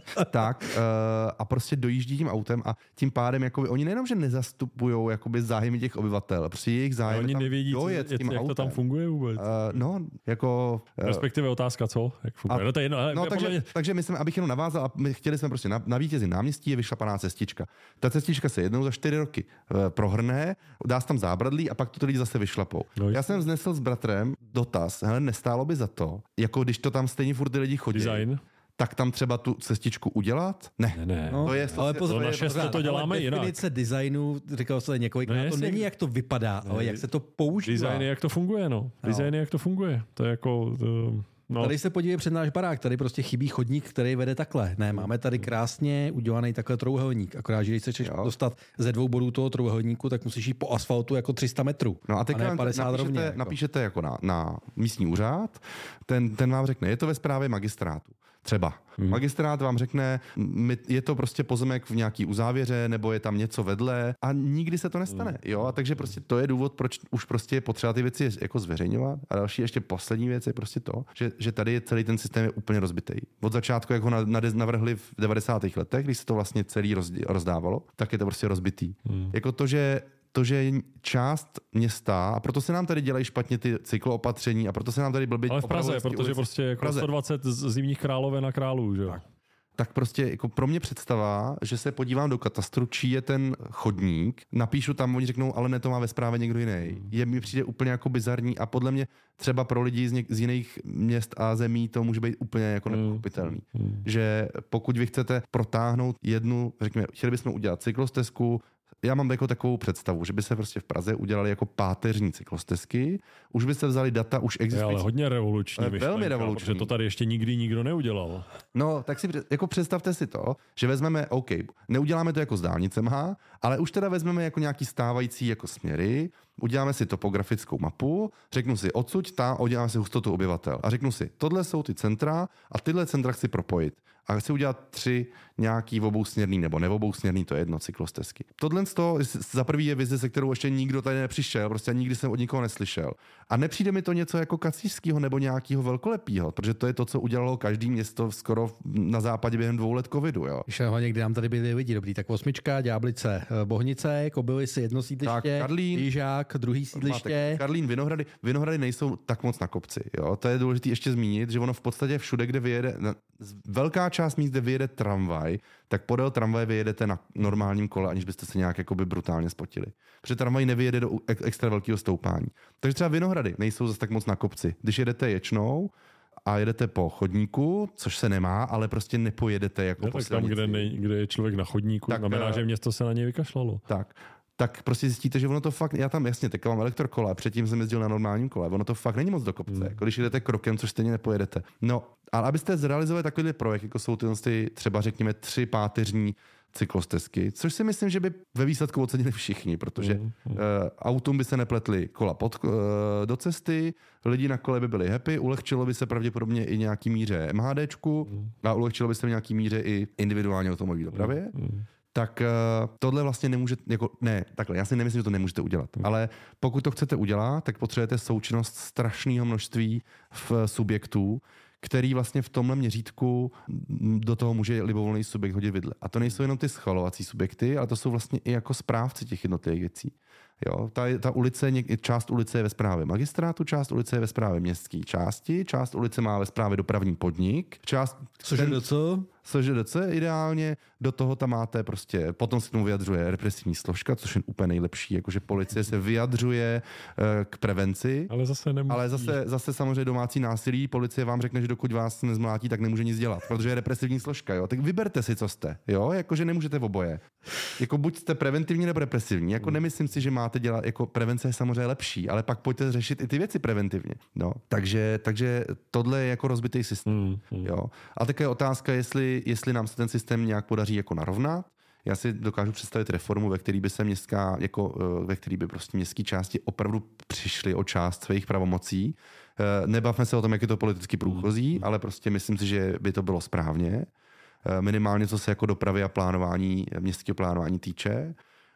Tak uh, a prostě dojíždí tím autem a tím pádem jakoby, oni nejenom, že nezastupují jakoby zájmy těch obyvatel, prostě jejich zájem oni tam nevědí, dojet co, tím jak autem. to tam funguje vůbec. Uh, no, jako... Uh, Respektive otázka, co? Jak funguje? A, no, to je jedno, ale no takže, mě... takže my jsme, abych jenom navázal, a my chtěli jsme prostě na, na vítězi náměstí je vyšlapaná cestička. Ta cestička se jednou za čtyři roky uh, prohrne, dá se tam zábradlí a pak to ty lidi zase vyšlapou. No, Já jsem vznesl s bratrem dotaz, hele, nestálo by za to, jako když to tam stejně furt ty lidi chodí. Design. Tak tam třeba tu cestičku udělat? Ne. Ne, ne. No, to je, ale pozor, to naše to, to děláme jinak. Definice designu, říkal jsem několikrát, no, to není jak to vypadá, ne, ale jak se to používá. Design je jak to funguje, no. Design je jak to funguje. To je jako... To... No. Tady se podívej před náš barák, tady prostě chybí chodník, který vede takhle. Ne, máme tady krásně udělaný takhle trouhelník. Akorát, že když se chceš dostat ze dvou bodů toho trouhelníku, tak musíš jít po asfaltu jako tři sta metrů. No a teď napíšete, rovně, jako. napíšete jako na, na místní úřad, ten, ten vám řekne, je to ve správě magistrátu. Třeba. Hmm. Magistrát vám řekne, je to prostě pozemek v nějaký uzávěře, nebo je tam něco vedle a nikdy se to nestane. Hmm. Jo? A takže prostě to je důvod, proč už prostě je potřeba ty věci jako zveřejňovat. A další ještě poslední věc je prostě to, že, že tady je celý ten systém je úplně rozbitý. Od začátku, jak ho navrhli v devadesátých letech, když se to vlastně celý rozdávalo, tak je to prostě rozbitý. Hmm. Jako to, že to, že část města, a proto se nám tady dělají špatně ty cykloopatření a proto se nám tady blbě... Ale v Praze, protože ulici. Prostě jako sto dvacet z zimních králové na Králu, že jo? Tak. tak prostě jako pro mě představa, že se podívám do katastru, čí je ten chodník, napíšu tam, oni řeknou, ale ne, to má ve správě někdo jiný. Je mi přijde úplně jako bizarní a podle mě třeba pro lidi z, něk- z jiných měst a zemí to může být úplně jako nepochopitelný. Mm. Že pokud vy chcete protáhnout jednu, řekněme, chtěli bychom udělat cyklostezku já mám jako takovou představu, že by se prostě v Praze udělali jako páteřní cyklostezky, už by se vzali data už existující. Ale hodně revoluční myšlenka, velmi revoluční. Protože to tady ještě nikdy nikdo neudělal. No, tak si jako představte si to, že vezmeme, OK, neuděláme to jako s dálnicema, ale už teda vezmeme jako nějaký stávající jako směry, uděláme si topografickou mapu, řeknu si odsud, ta, uděláme si hustotu obyvatel a řeknu si, tohle jsou ty centra a tyhle centra chci propojit. A chci udělat tři nějaký obousměrný nebo neobousměrný, to je jedno, cyklostezky. Tohle za prvý je vize, se kterou ještě nikdo tady nepřišel, prostě nikdy jsem od nikoho neslyšel. A nepřijde mi to něco jako kacířského nebo nějakého velkolepého, protože to je to, co udělalo každý město skoro na západě během dvou let covidu. Jo. Když někdy nám tady byli lidi dobrý, tak Osmička, Ďáblice, Bohnice, Kobylisy, jedno sídliště, Karlín, Jižák, druhý sídliště. Karlín, Vinohrady, Vinohrady nejsou tak moc na kopci. Jo. To je důležité ještě zmínit, že ono v podstatě všude, kde vyjede, velká část míst, kde vyjede tramvaj, tak podél tramvaje vyjedete na normálním kole, aniž byste se nějak jakoby brutálně spotili. Protože tramvaj nevyjede do extra velkého stoupání. Takže třeba Vinohrady nejsou zase tak moc na kopci. Když jedete Ječnou a jedete po chodníku, což se nemá, ale prostě nepojedete jako no, po tak tam, kde, nej, kde je člověk na chodníku, tak, znamená, že město se na něj vykašlalo. Tak. tak prostě zjistíte, že ono to fakt, já tam jasně, teď mám elektrokola, předtím jsem jezdil na normálním kole, ono to fakt není moc do kopce, hmm. jako když jdete krokem, což stejně nepojedete. No, ale abyste zrealizovali takovýhle projekt, jako jsou tyhle ty třeba řekněme tři páteřní cyklostezky, což si myslím, že by ve výsledku ocenili všichni, protože mm, mm. Uh, autům by se nepletly kola pod, uh, do cesty, lidi na kole by byli happy, ulehčilo by se pravděpodobně i nějaký míře MHDčku mm. a ulehčilo by se v nějaký míře i individuálně automobilové dopravě. Mm, mm. Tak uh, tohle vlastně nemůžete, jako, ne, takhle, já si nemyslím, že to nemůžete udělat, mm. ale pokud to chcete udělat, tak potřebujete součinnost strašného množství v subjektů, který vlastně v tomhle měřítku do toho může libovolný subjekt hodit vidle. A to nejsou jenom ty schvalovací subjekty, ale to jsou vlastně i jako správci těch jednotlivých věcí. Jo, ta, ta ulice, část ulice je ve správě magistrátu, část ulice je ve správě městské části, část ulice má ve správě dopravní podnik, část... Cože do co? Cože do co ideálně, do toho tam máte prostě, potom se k tomu vyjadřuje represivní složka, což je úplně nejlepší, jakože policie se vyjadřuje uh, k prevenci. Ale zase nemusí. Ale zase, zase samozřejmě domácí násilí, policie vám řekne, že dokud vás nezmlátí, tak nemůže nic dělat, protože je represivní složka, jo. Tak vyberte si, co jste, jo, jakože nemůžete v oboje. Jako buď jste preventivní nebo represivní, jako nemyslím si, že máte dělat, jako prevence je samozřejmě lepší, ale pak pojďte řešit i ty věci preventivně, no. Takže, takže tohle je jako rozbitý systém, mm, mm. jo. A také je otázka, jestli, jestli nám se ten systém nějak podaří jako narovnat. Já si dokážu představit reformu, ve který by se městská, jako, ve který by prostě městské části opravdu přišly o část svých pravomocí. Nebavme se o tom, jak je to politicky průchozí, ale prostě myslím si, že by to bylo správně. Minimálně co se jako dopravy a plánování, městského plánování týče.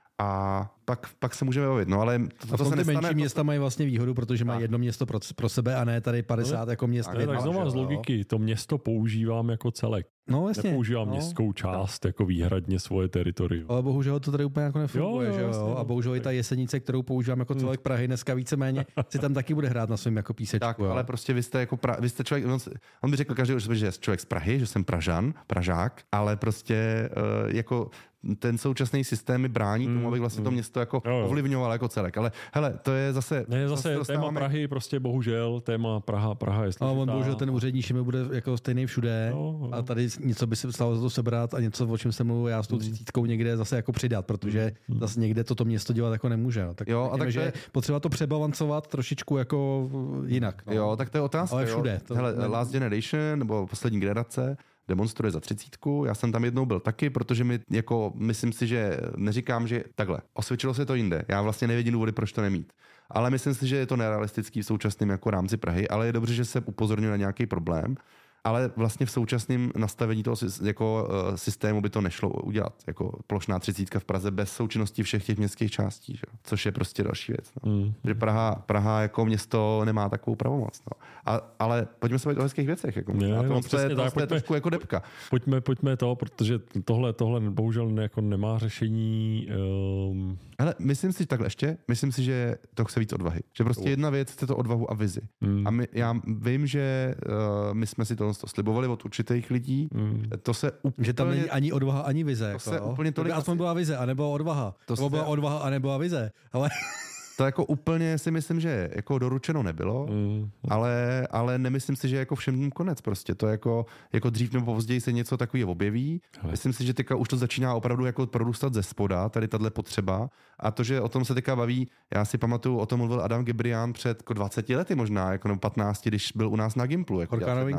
A pak, pak se můžeme bavit. No, ale to, a to se ty nestane. menší města mají vlastně výhodu, protože mají jedno město pro, pro sebe a ne tady padesát no, jako měst. Ne, tak znovu z logiky, to město používám jako celek. No, jasně. Nepoužívám no. městskou část no. jako výhradně svoje teritorium. Ale bohužel to tady úplně jako nefunguje, jo, jo, že jo? jasně, A bohužel i ta Jesenice, kterou používám jako celek Prahy dneska víceméně, si tam taky bude hrát na svém jako písečku. Tak, jo? ale prostě vy jste jako pra, vy jste člověk, on, on by řekl každý, že je člověk z Prahy, že jsem Pražan, Pražák, ale prostě uh, jako ten současný systém mi brání tomu, abych vlastně to město jako jo, jo. ovlivňoval jako celek. Ale hele, to je zase... Ne, zase téma dostáváme... Prahy, prostě bohužel, téma Praha, Praha je složitá. A on bohužel ten úřední šime bude jako stejný všude jo, jo. A tady něco by se stalo za to sebrat a něco, o čem jsem mluvil já s tou třicítkou někde zase jako přidat, protože hmm. zase někde toto město dělat jako nemůže. Tak jo, a tak že je potřeba to přebalancovat trošičku jako jinak. No. Jo, tak to je otázka. Ale všude. To hele, ne... Last Generation nebo poslední generace demonstruje za třicítku. Já jsem tam jednou byl taky, protože mi jako, myslím si, že neříkám, že takhle. Osvědčilo se to jinde. Já vlastně nevidím důvody, proč to nemít. Ale myslím si, že je to nerealistický v současném jako rámci Prahy, ale je dobře, že se upozorňuje na nějaký problém. Ale vlastně v současném nastavení toho jako, uh, systému by to nešlo udělat. Jako plošná třicítka v Praze bez součinnosti všech těch městských částí, že? Což je prostě další věc. No. Mm. Že Praha, Praha jako město nemá takovou pravomoc. No. A, ale pojďme se bavit o hezkých věcech. Jako. Ne, a to, no, to, je, to, tak, to je trošku jako depka. Pojďme, pojďme to, protože tohle, tohle bohužel jako nemá řešení. Um... Ale myslím si takhle ještě, myslím si, že to chce víc odvahy. Že prostě jedna věc chce to odvahu a vizi. Mm. A my, já vím, že uh, my jsme si to slibovali od určitých lidí. Mm. To se úplně... Že tam není ani odvaha, ani vize. To jako, se úplně tolik aspoň asi... byla vize, anebo odvaha. To nebo se... byla odvaha, anebo vize. Ale... To jako úplně si myslím, že jako doručeno nebylo, mm. ale, ale nemyslím si, že jako všem konec prostě. To jako, jako dřív nebo později se něco takového objeví. Hele. Myslím si, že teďka už to začíná opravdu jako produstat ze spoda, tady tahle potřeba. A to, že o tom se teďka baví, já si pamatuju, o tom mluvil Adam Gebrián před jako dvaceti lety možná, jako nebo patnácti, když byl u nás na Gimplu. Jako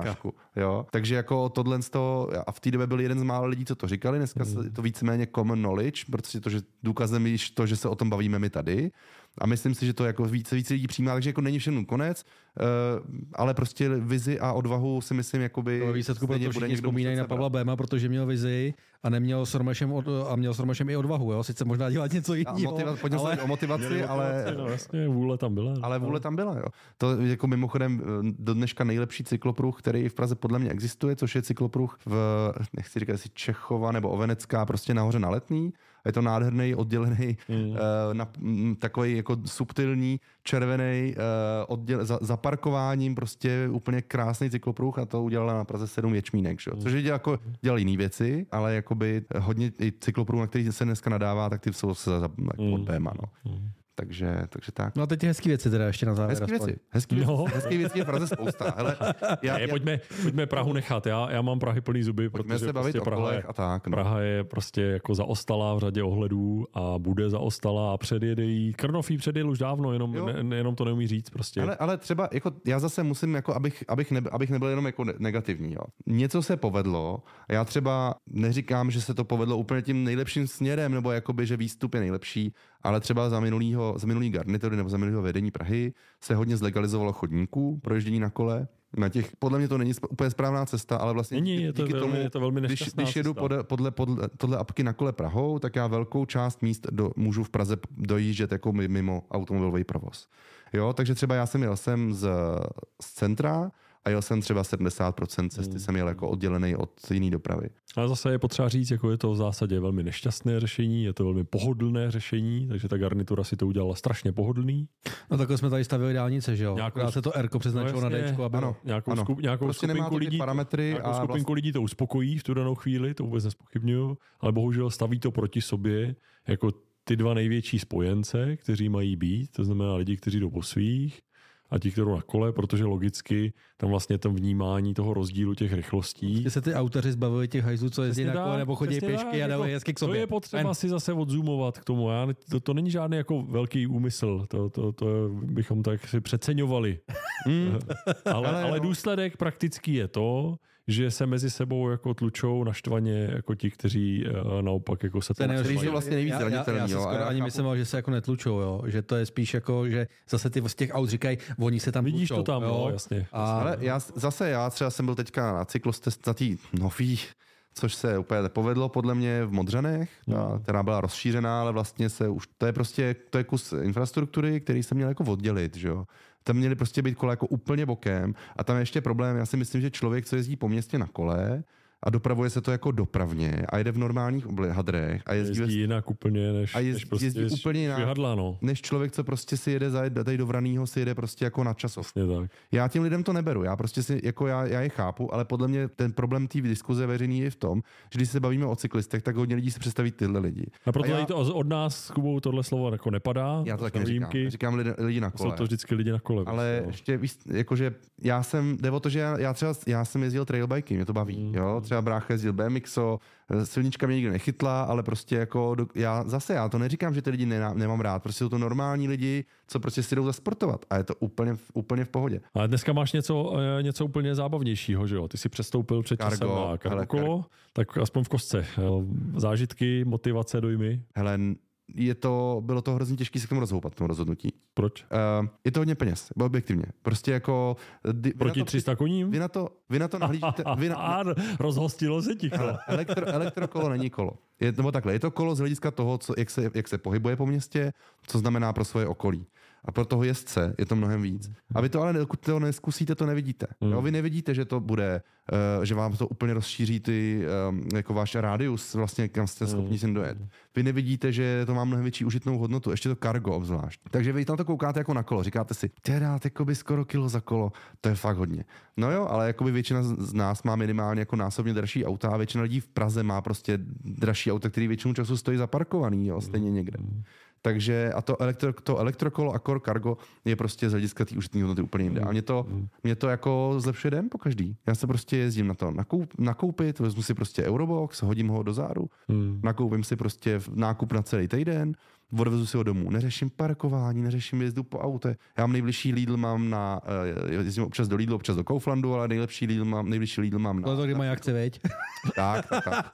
jo. Takže jako tohle z toho, a v té době byl jeden z mála lidí, co to říkali, dneska mm. je to víceméně common knowledge, protože to, že důkazem je to, že se o tom bavíme my tady. A myslím si, že to jako více, více lidí přijímá, takže jako není všem konec, uh, ale prostě vizi a odvahu si myslím, jakoby... To výsledku proto všichni vzpomínají na Pavla Béma, protože měl vizi a neměl s Romešem, od, a měl s Romešem i odvahu, jo? Sice možná dělat něco jiného. Motiva- pojďme ale... o motivaci, ale... No, vlastně, vůle tam byla. Ale vůle tam byla, jo. To je jako mimochodem do dneška nejlepší cyklopruh, který v Praze podle mě existuje, což je cyklopruh v, nechci říkat si Čechova nebo Ovenecká, prostě nahoře na Letný. Je to nádherný, oddělený, mm. uh, na, m, takový jako subtilní, červený, uh, odděl, za, za parkováním, prostě úplně krásný cyklopruh a to udělala na Praze sedm Ječmínek, že? Což je jako, dělal jiný věci, ale jakoby hodně i cyklopruh, na který se dneska nadává, tak ty jsou se za, mm. pod Béma, no. Mm. Takže, takže tak. No a teď ty hezký věci teda ještě na závěr. Hezký věci. Hezký věci. No. Hezký věci je v Praze spousta. Hele, já, já... Pojďme, pojďme Prahu nechat. Já, já mám Prahy plný zuby, pojďme protože se bavit prostě Praha, je, a tak, no. Praha je prostě jako zaostalá v řadě ohledů a bude zaostalá a předjede jí. Krnov jí předjel už dávno, jenom, ne, jenom to neumí říct prostě. Ale, ale třeba jako já zase musím, jako abych, abych, ne, abych nebyl jenom jako negativní. Jo. Něco se povedlo. Já třeba neříkám, že se to povedlo úplně tím nejlepším směrem, nebo jakoby, že výstup je nejlepší, ale třeba za minulýho, za minulý garnitury nebo za minulého vedení Prahy se hodně zlegalizovalo chodníků pro ježdění na kole. Na těch, podle mě to není úplně správná cesta, ale vlastně není, je to díky velmi, tomu, je to velmi když, když jedu podle, podle, podle tohle apky na kole Prahou, tak já velkou část míst do, můžu v Praze dojíždět jako mimo automobilový provoz. Jo, takže třeba já jsem jel sem z, z centra a jel jsem třeba sedmdesát procent cesty, jsem jel jako oddělený od jiné dopravy. Ale zase je potřeba říct, jako je to v zásadě velmi nešťastné řešení, je to velmi pohodlné řešení, takže ta garnitura si to udělala strašně pohodlný. No takhle jsme tady stavili dálnice, že jo? Nějakou se to Erko přeznačilo no, na Dčku, aby ano, nějakou, ano. Skup, nějakou prostě skupinku lidí, parametry nějakou a skupinku vlastně... lidí to uspokojí v tu danou chvíli, to vůbec nespochybňuju, ale bohužel staví to proti sobě jako ty dva největší spojence, kteří mají být, to znamená lidi, kteří jdou po svých, a ti, kteří na kole, protože logicky tam vlastně tam vnímání toho rozdílu těch rychlostí. Prostě se ty autoři zbavili těch hajzů, co jezdí na kole nebo chodí pěšky a dávají hezky k sobě. To je potřeba si zase odzoomovat k tomu. Já, to, to není žádný jako velký úmysl. To, to, to bychom tak si přeceňovali. Mm. ale, ale, ale důsledek praktický je to, že se mezi sebou jako tlučou naštvaně jako ti, kteří uh, naopak jako se to nejvíc vlastně nejvíc zranitelný. Já, já, já se skoro ani myslel, že se jako netlučou, jo? Že to je spíš jako, že zase ty z těch aut říkají, oni se tam vidíš tlučou, to tam, jo? No, jasně. A... Ale já zase, já třeba jsem byl teďka na cyklostest na tý nový, což se úplně nepovedlo podle mě v Modřanech, ta, která byla rozšířená, ale vlastně se už, to je prostě, to je kus infrastruktury, který se měl jako oddělit, že jo. Tam měly prostě být kola jako úplně bokem a tam je ještě problém, já si myslím, že člověk, co jezdí po městě na kole a dopravuje se to jako dopravně a jede v normálních hadrech a jezdí, jezdí jinak úplně, než, a jezd, než prostě jezdí úplně jinak, vyhadla, no. než člověk, co prostě si jede zajet, tady do Vraného si jede prostě jako na časovku. Tak. Já těm lidem to neberu, já prostě si, jako já, já je chápu, ale podle mě ten problém té diskuze veřejný je v tom, že když se bavíme o cyklistech, tak hodně lidí si představí tyhle lidi. A proto a já, to od nás s Kubou tohle slovo jako nepadá. Já to taky neříkám. Říkám lidi, lidi na kole. Jsou to vždycky lidi na kole. Ale no. ještě víc, jakože já jsem, jde o to, že já, já třeba, já jsem jezdil trailbiky, mě to baví, mm. jo, třeba brácha jezdil B M X o, silnička mě nikdy nechytla, ale prostě jako, do, já zase, já to neříkám, že ty lidi ne, nemám rád, prostě jsou to normální lidi, co prostě si jdou zasportovat a je to úplně, úplně v pohodě. Ale dneska máš něco, něco úplně zábavnějšího, že jo? Ty jsi přestoupil před časem na kargokolo, tak aspoň v kostce. Zážitky, motivace, dojmy? Hele, je to, bylo to hrozně těžké se k tomu rozhoupat, tomu rozhodnutí. Proč? Uh, je to hodně peněz, objektivně. Prostě jako... Di, Proti tři sta koním? Vy na to, vy na to nahlížíte... Vy na, a rozhostilo se ti. Ale elektro, elektrokolo není kolo. Je, nebo takhle, je to kolo z hlediska toho, co, jak, se, jak se pohybuje po městě, co znamená pro svoje okolí. A pro toho jezdce je to mnohem víc. A vy to ale, pokud to neskusíte, to nevidíte. Mm. Jo, vy nevidíte, že to bude, uh, že vám to úplně rozšíří ty, um, jako váš rádius, vlastně kam jste schopni sem dojet. Vy nevidíte, že to má mnohem větší užitnou hodnotu, ještě to cargo obzvlášť. Takže vy tam to koukáte jako na kolo, říkáte si, ty dát jakoby skoro kilo za kolo, to je fakt hodně. No jo, ale jakoby většina z nás má minimálně jako násobně dražší auta a většina lidí v Praze má prostě dražší auta, který většinu času stojí zaparkovaný, jo, stejně někde. Takže a to, elektro, to elektrokolo a core cargo je prostě z hlediska té užitní hodnoty úplně jinde. A mě to, mě to jako zlepšuje den po každý. Já se prostě jezdím na to nakoup, nakoupit, vezmu si prostě Eurobox, hodím ho do záru, hmm. nakoupím si prostě nákup na celý týden, odvezu si ho domů. Neřeším parkování, neřeším jezdu po autě. Já mám nejbližší Lidl, mám na, jezdím občas do Lidlu, občas do Kauflandu, ale nejlepší Lidl mám, nejbližší Lidl mám na... To, kdy mají akce, veď? Tak, tak, tak.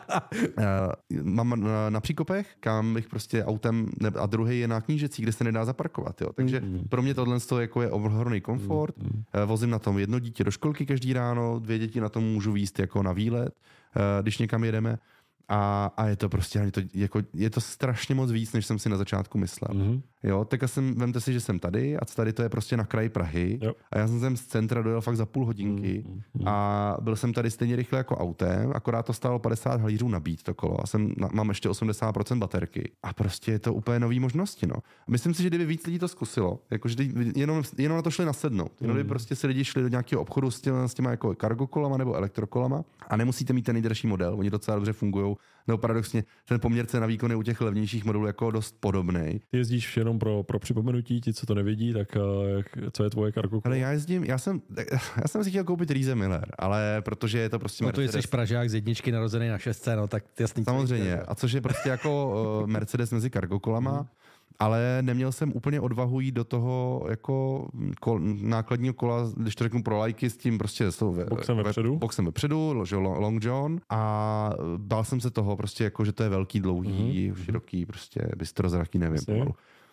uh, mám na, na Příkopech, kam bych prostě autem, ne, a druhý je na Knížecí, kde se nedá zaparkovat, jo. Takže mm. pro mě tohle jako je ohromný komfort. Mm. Uh, vozím na tom jedno dítě do školky každý ráno, dvě děti na tom můžu výst jako na výlet, uh, když někam jedeme. A, a je to prostě, je to, jako, je to strašně moc víc, než jsem si na začátku myslel. Mm-hmm. Jo, tak jsem, vemte si, že jsem tady a tady to je prostě na kraji Prahy. Jo. A já jsem sem z centra dojel fakt za půl hodinky mm-hmm. a byl jsem tady stejně rychle jako autem, akorát to stálo padesát halířů nabít to kolo a jsem, na, mám ještě osmdesát procent baterky. A prostě je to úplně nový možnosti, no. A myslím si, že kdyby víc lidí to zkusilo, jakože jenom, jenom na to šli nasednout. Jenom kdyby mm-hmm. prostě si lidi šli do nějakého obchodu s těma, s těma jako cargokolama nebo elektrokolama a nemusíte mít ten nejdražší model, oni docela dobře fungují. No paradoxně, ten poměr cena výkon je u těch levnějších modelů jako dost podobný. Ty jezdíš jenom pro, pro připomenutí, ti, co to nevědí, tak jak, co je tvoje cargo? Ale já jezdím, já jsem, já jsem si chtěl koupit Riese Miller, ale protože je to prostě no Mercedes. to jsi Pražák z jedničky narozený na šestce, no tak jasný. Samozřejmě, a což je prostě jako uh, Mercedes mezi cargokolama. Hmm. Ale neměl jsem úplně odvahu jít do toho jako kol, nákladního kola, když to řeknu pro lajky, s tím prostě s boxem vepředu, boxem vepředu, Long John a bál jsem se toho prostě jako, že to je velký, dlouhý, mm-hmm. široký, prostě bystrozraký, nevím. Uh,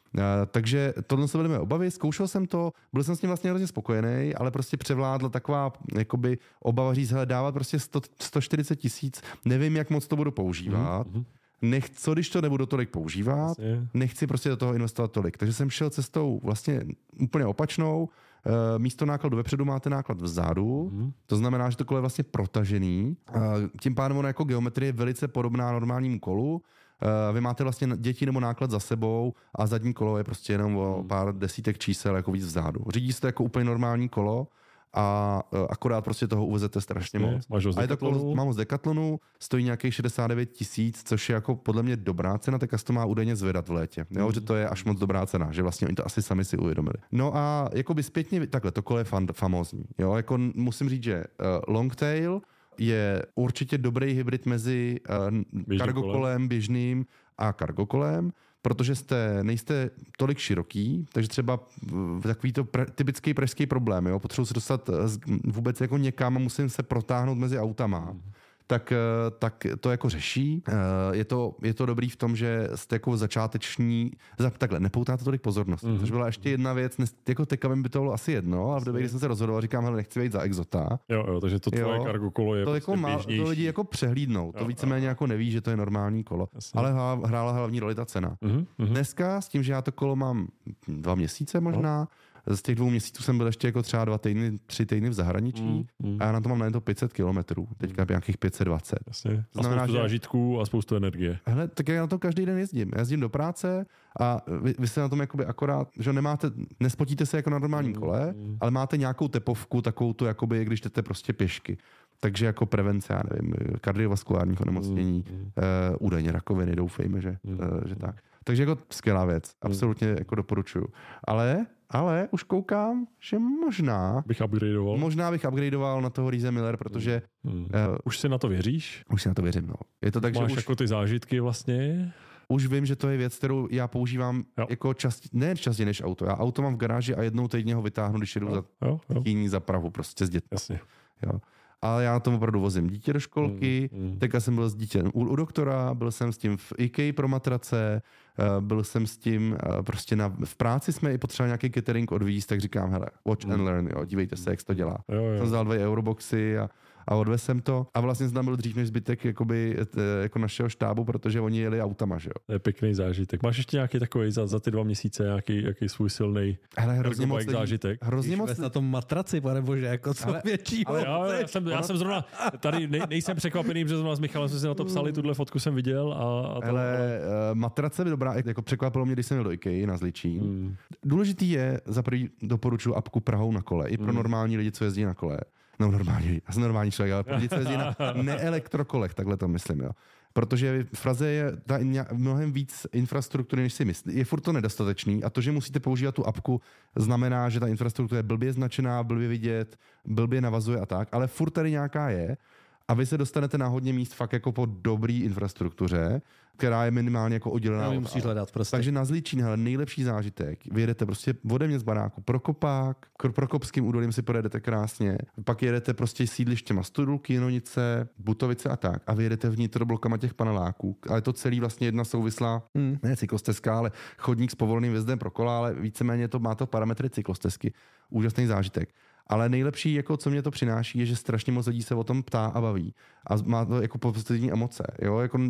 takže tohle se byly mé obavy, zkoušel jsem to, byl jsem s tím vlastně hrozně spokojený, ale prostě převládla taková jakoby obava říct, hele, dávat prostě sto, sto čtyřicet tisíc, nevím, jak moc to budu používat. Mm-hmm. Nech, co když to nebudu tolik používat, vlastně. Nechci prostě do toho investovat tolik. Takže jsem šel cestou vlastně úplně opačnou. E, místo nákladu vepředu máte náklad vzadu. Mm. To znamená, že to kolo je vlastně protažený. E, tím pádem ono jako geometrie je velice podobná normálnímu kolu. E, vy máte vlastně děti nebo náklad za sebou a zadní kolo je prostě jenom o pár desítek čísel jako víc vzadu. Řídí se to jako úplně normální kolo. A akorát prostě toho uvezete strašně moc. A je to kolo, mám z Decathlonu, stojí nějakých šedesát devět tisíc, což je jako podle mě dobrá cena, tak to má údajně zvedat v létě. Jo, mm. že to je až moc dobrá cena, že vlastně oni to asi sami si uvědomili. No a jako by zpětně, takhle, to kolo je fan, famózní. Jo, jako musím říct, že uh, Longtail je určitě dobrý hybrid mezi uh, cargokolem běžným a cargokolem, protože jste, nejste tolik široký, takže třeba takový to pre, typický pražský problém, jo? Potřebuji se dostat vůbec jako někam a musím se protáhnout mezi autama. Mm. Tak, tak to jako řeší. Je to, je to dobrý v tom, že jste jako začáteční, takhle, nepoutáte tolik pozornosti, mm-hmm. což byla ještě jedna věc, jako tekavým by to bylo asi jedno, a v době, kdy jsem se rozhodoval, říkám, hele, nechci být za exota. Jo, jo, takže to tvoje cargo kolo je to prostě jako má, to lidi jako přehlídnou, to víceméně jako neví, že to je normální kolo, jasně. Ale hrála hlavní roli ta cena. Mm-hmm. Dneska s tím, že já to kolo mám dva měsíce možná, no. Z těch dvou měsíců jsem byl ještě jako třeba dva týdny, tři týdny v zahraničí mm, mm. a já na to mám na to pět set kilometrů, teďka nějakých pět set dvacet. Jasně. A znamená, spoustu že... zážitků a spoustu energie. Hele, tak já na to každý den jezdím. Já jezdím do práce a vy, vy se na tom jakoby akorát, že nemáte, nespotíte se jako na normálním kole, mm, mm. ale máte nějakou tepovku, takovou tu, jakoby, když jdete prostě pěšky. Takže jako prevence, já nevím, kardiovaskulárních onemocnění, mm, mm. Uh, údajně rakoviny, doufejme, že, mm. uh, že tak. Takže jako skvělá věc, absolutně jako doporučuju. Ale Ale už koukám, že možná bych upgradeoval. Možná bych upgradeoval na toho Riese Miller, protože hmm. uh, už si na to věříš? Už si na to věřím, no. Je to tak, máš že už jako ty zážitky vlastně? Už vím, že to je věc, kterou já používám jo. jako častěji, ne častěji než auto. Já auto mám v garáži a jednou týdně ho vytáhnu, když jedu jo. za týdní za Prahu, prostě s dětmi. Jasně. Jo. Ale já na tom opravdu vozím dítě do školky, mm, mm. teďka jsem byl s dítětem u, u doktora, byl jsem s tím v IKEA pro matrace, uh, byl jsem s tím uh, prostě na, v práci jsme i potřebovali nějaký catering odvízt, tak říkám, hele, watch mm. and learn, jo, dívejte se, jak se to dělá. Jo, jo. Jsem vzal dva euroboxy a a odvez jsem to a vlastně jsem tam byl dřív než zbytek jakoby, jako našeho štábu, protože oni jeli autama, že jo. To je pěkný zážitek. Máš ještě nějaký takový za, za ty dva měsíce nějaký, nějaký svůj silný zážitek? Hrozně moc na tom matraci, pane bože, jako co větší. Ale já, já, jsem, já jsem zrovna tady nej, nejsem překvapený, protože jsme s Michalem jsme si na to psali, tuhle fotku jsem viděl. A, a to, ale uh, matrace by dobrá, jako překvapilo mě, když jsem jel do IKEA na Zličín. Hmm. Důležitý je, za prvý doporučuji apku Prahou na kole, i pro hmm. normální lidi, co jezdí na kole. No normální, já jsem normální člověk, ale pro lidi, co jezdí na neelektrokolech, takhle to myslím, jo. Protože v Praze je ta mnohem víc infrastruktury, než si myslí. Je furt to nedostatečný a to, že musíte používat tu apku, znamená, že ta infrastruktura je blbě značená, blbě vidět, blbě navazuje a tak, ale furt tady nějaká je a vy se dostanete na hodně míst fakt jako po dobrý infrastruktuře, která je minimálně jako oddělená. No, musíš hledat prostě. Takže na Zlíčín, hele, nejlepší zážitek. Vyjedete prostě ode mě z baráku Prokopák, Prokopským údolím si projedete krásně, pak jedete prostě sídlištěma Studulky, Jinonice, Butovice a tak a vyjedete vnitroblokama těch paneláků. Ale to celý vlastně jedna souvislá, hmm. ne cyklostezka, ale chodník s povoleným vjezdem pro kola, ale víceméně to má to parametry cyklostezky. Úžasný zážitek. Ale nejlepší, jako co mě to přináší, je, že strašně moc lidí se o tom ptá a baví. A má to jako pozitivní emoce. Jo? Jako,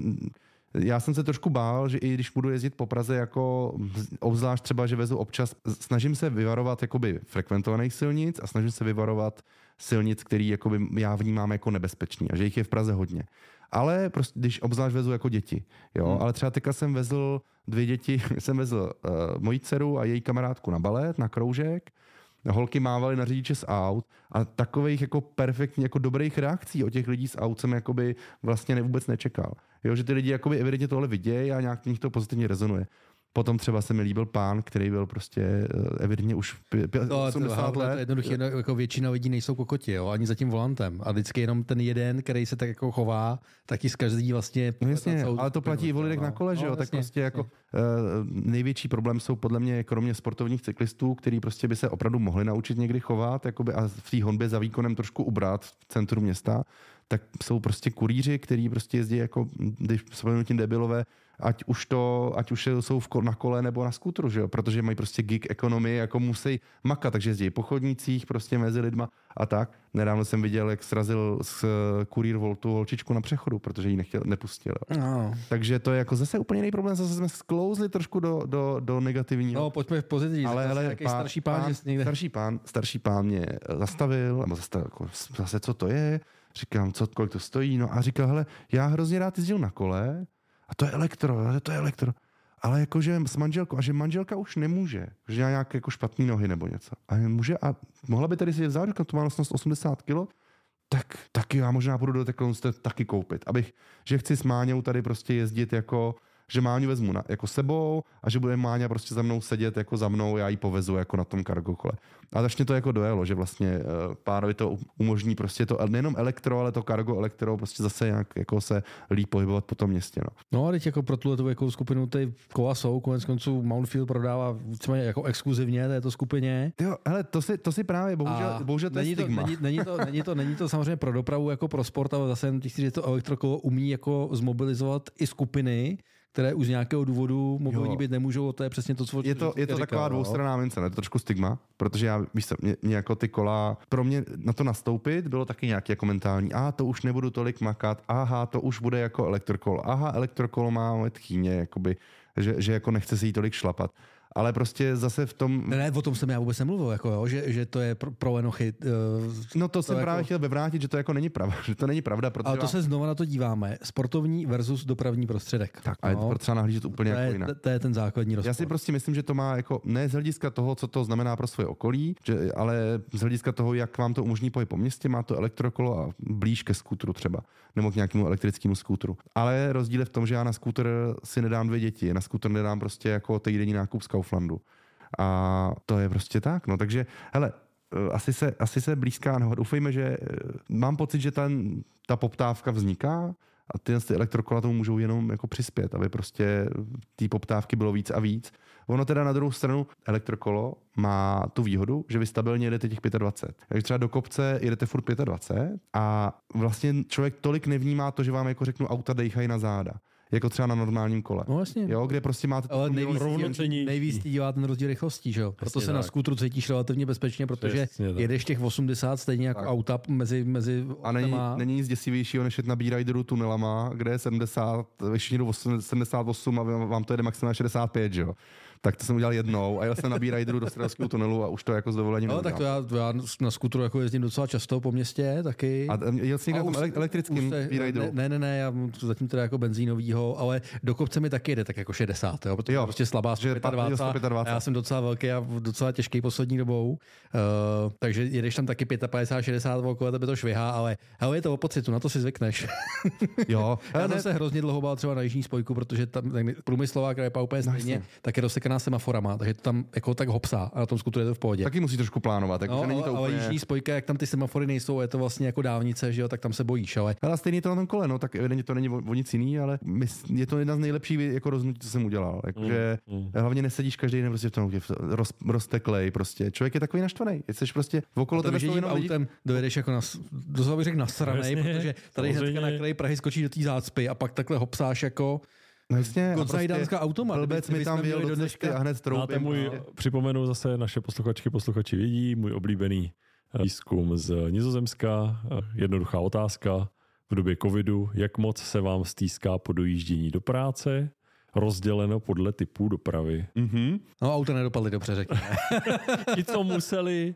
já jsem se trošku bál, že i když budu jezdit po Praze, jako obzvlášť třeba, že vezu občas, snažím se vyvarovat jakoby frekventovaných silnic a snažím se vyvarovat silnic, který jakoby já vnímám jako nebezpečný a že jich je v Praze hodně. Ale prostě, když obzvlášť vezu jako děti. Jo? Hmm. Ale třeba teďka jsem vezl dvě děti, jsem vezl uh, moji dceru a její kamarádku na balet, na kroužek. Holky mávaly na řidiče z aut a takových jako perfektně, jako dobrých reakcí od těch lidí z aut jsem jakoby vlastně ne, vůbec nečekal. Jo, že ty lidi jakoby evidentně tohle vidějí a nějak v nich to pozitivně rezonuje. Potom třeba se mi líbil pán, který byl prostě evidentně už osmdesát let. To jednoduché, jako většina lidí nejsou kokoti, jo, ani za tím volantem. A vždycky jenom ten jeden, který se tak jako chová, tak ti zkazí vlastně. No jasně, ale to platí i o lidech na kole, že jo, no, tak jasně, prostě jako uh, největší problém jsou podle mě kromě sportovních cyklistů, který prostě by se opravdu mohli naučit někdy chovat, jakoby a v té honbě za výkonem trošku ubrat v centru města, tak jsou prostě kurýři, kteří prostě jezdí jako, když vzpomenu tím debilové, ať už to, ať už jsou v, na kole nebo na skútru, že jo? Protože mají prostě gig ekonomii, jako musí makat, takže jezdí po chodnících prostě mezi lidma a tak. Nedávno jsem viděl, jak srazil z kurýr Voltu holčičku na přechodu, protože ji nechtěl, nepustil. No. Takže to je jako zase úplně jiný problém, zase jsme sklouzli trošku do, do, do negativního. No, pojďme v pozitivní. Ale hele, pán, starší pán, pán, někde... starší pán, starší pán mě zastavil, nebo zastavil, jako, zase co to je? Říkám, co, kolik to stojí? No a říkal, hele, já hrozně rád jezdil na kole, a to je elektro, to je elektro. Ale jakože s manželkou, a že manželka už nemůže, že má nějaké jako špatný nohy nebo něco. A může, a mohla by tady si vzát, to má vlastně osmdesát kilo, tak taky já možná půjdu do takové taky koupit. Abych, že chci s Máňou tady prostě jezdit jako, že Máňu vezmu na, jako sebou a že bude Máňa prostě za mnou sedět jako za mnou, já ji povezu jako na tom cargo kole. A začně to jako dojelo, že vlastně uh, párovi to umožní prostě to nejenom elektro, ale to cargo elektro prostě zase nějak jako se líp pohybovat po tom městě. No, no a teď jako pro tuhle jako skupinu ty kola jsou, konec konců Mountfield prodává víceméně jako exkluzivně této skupině. Jo, hele, to si, to si právě, bohužel, bohužel to je stigma. To, není, není, to, není, to, není to samozřejmě pro dopravu jako pro sport, ale zase jen že to elektrokolo umí jako zmobilizovat i skupiny, které už z nějakého důvodu mobilní být nemůžou, to je přesně to, co je to, je to říkal, taková dvoustranná mince, ne? To je trošku stigma, protože já, víš co, mě, mě jako ty kola, pro mě na to nastoupit bylo taky nějaké jako mentální, aha, to už nebudu tolik makat, aha, to už bude jako elektrokolo, aha, elektrokolo má moje tchýně, jakoby, že, že jako nechce si jí tolik šlapat. Ale prostě zase v tom... Ne, ne, o tom jsem já vůbec nemluvil, jako jo, že, že to je pro, pro lenochy. Uh, no to, to jsem jako... právě chtěl vyvrátit, že to jako není pravda, že to není pravda. Ale to vám... se znova na to díváme. Sportovní versus dopravní prostředek. Tak a no, je to třeba nahlížet úplně to jako je, jinak. To, to je ten základní rozpor. Já si prostě myslím, že to má jako ne z hlediska toho, co to znamená pro svoje okolí, že, ale z hlediska toho, jak vám to umožní pohyb po městě, má to elektrokolo a blíž ke skútru třeba, nebo k nějakému elektrickému skútru. Ale rozdíl je v tom, že já na skútr si nedám dvě děti, na skútr nedám prostě jako týdenní nákup z Kauflandu. A to je prostě tak, no takže, hele, asi se, asi se blízká, no doufejme, že mám pocit, že ten, ta poptávka vzniká a ty, ty elektrokola tomu můžou jenom jako přispět, aby prostě té poptávky bylo víc a víc. Ono teda na druhou stranu elektrokolo má tu výhodu, že vy stabilně jedete těch dvacet pět. Takže třeba do kopce jedete furt dvacet pět a vlastně člověk tolik nevnímá to, že vám jako řeknu auta dejchají na záda. Jako třeba na normálním kole. No vlastně. Jo, kde prostě máte... Ale nejvíc ti dělá ten rozdíl rychlostí, že jo? Proto se tak. Na skútru cítíš relativně bezpečně, protože jedeš těch osmdesát stejně jako tak. Auta mezi, mezi a není, není nic děsivějšího, než jet na B-Rideru tunelama, kde je sedmdesát, všichni jdou sedmdesát osm a vám to jede maximálně šedesát pět, že jo? tak to jsem udělal jednou a jel jsem na B-Rideru do Středovského tunelu a už to jako s dovolením no, tak to já, já na skutru jako jezdím docela často po městě taky. A jel jsi někde na tom elektrickým B-Rideru? Ne, ne, ne, já zatím teda jako benzínovýho, ale do kopce mi taky jede tak jako šedesát, jo, protože jo, prostě slabá sto dvacet pět a já jsem docela velký a docela těžký poslední dobou, uh, takže jedeš tam taky padesát pět šedesát okolo tebe to švihá, ale hele, je to o pocitu, na to si zvykneš. Jo. Já jsem se hrozně dlouho bál třeba na jižní spojku, protože tam průmyslová krajepa úplně stejně, tak je rozsekaná semaforama, takže to tam jako tak hopsá a na tom skutru je to v pohodě. Taky musí trošku plánovat, takže no, není to ale úplně... jižní spojka, jak tam ty semafory nejsou, je to vlastně jako dálnice, že jo, tak tam se bojíš, ale... Ale stejně to na tom kole, no, tak evidentně to není o, o nic jiný, ale je to jedna z nejlepších jako rozhodnutí, co jsem udělal. Jakože mm, mm. hlavně nesedíš každý den prostě v tom roz, rozteklej prostě. Člověk je takový naštvaný. Jsi prostě okolo tebe jsou jenom autem lidi... dojedeš jako na, doslova bych řekl nasranej, protože tady hnedka na kraji Prahy skočí do té zácpy a pak takhle hopsáš jako no jasně, prostě automat. Blbec mi tam vyjel do cesty a hned troubím. Máte můj, no. Připomenu zase naše posluchačky, posluchači vědí, můj oblíbený výzkum z Nizozemska. Jednoduchá otázka. V době covidu, jak moc se vám stýská po dojíždění do práce? Rozděleno podle typů dopravy. Mm-hmm. No auta nedopadly dobře, řekněme. Ti, co museli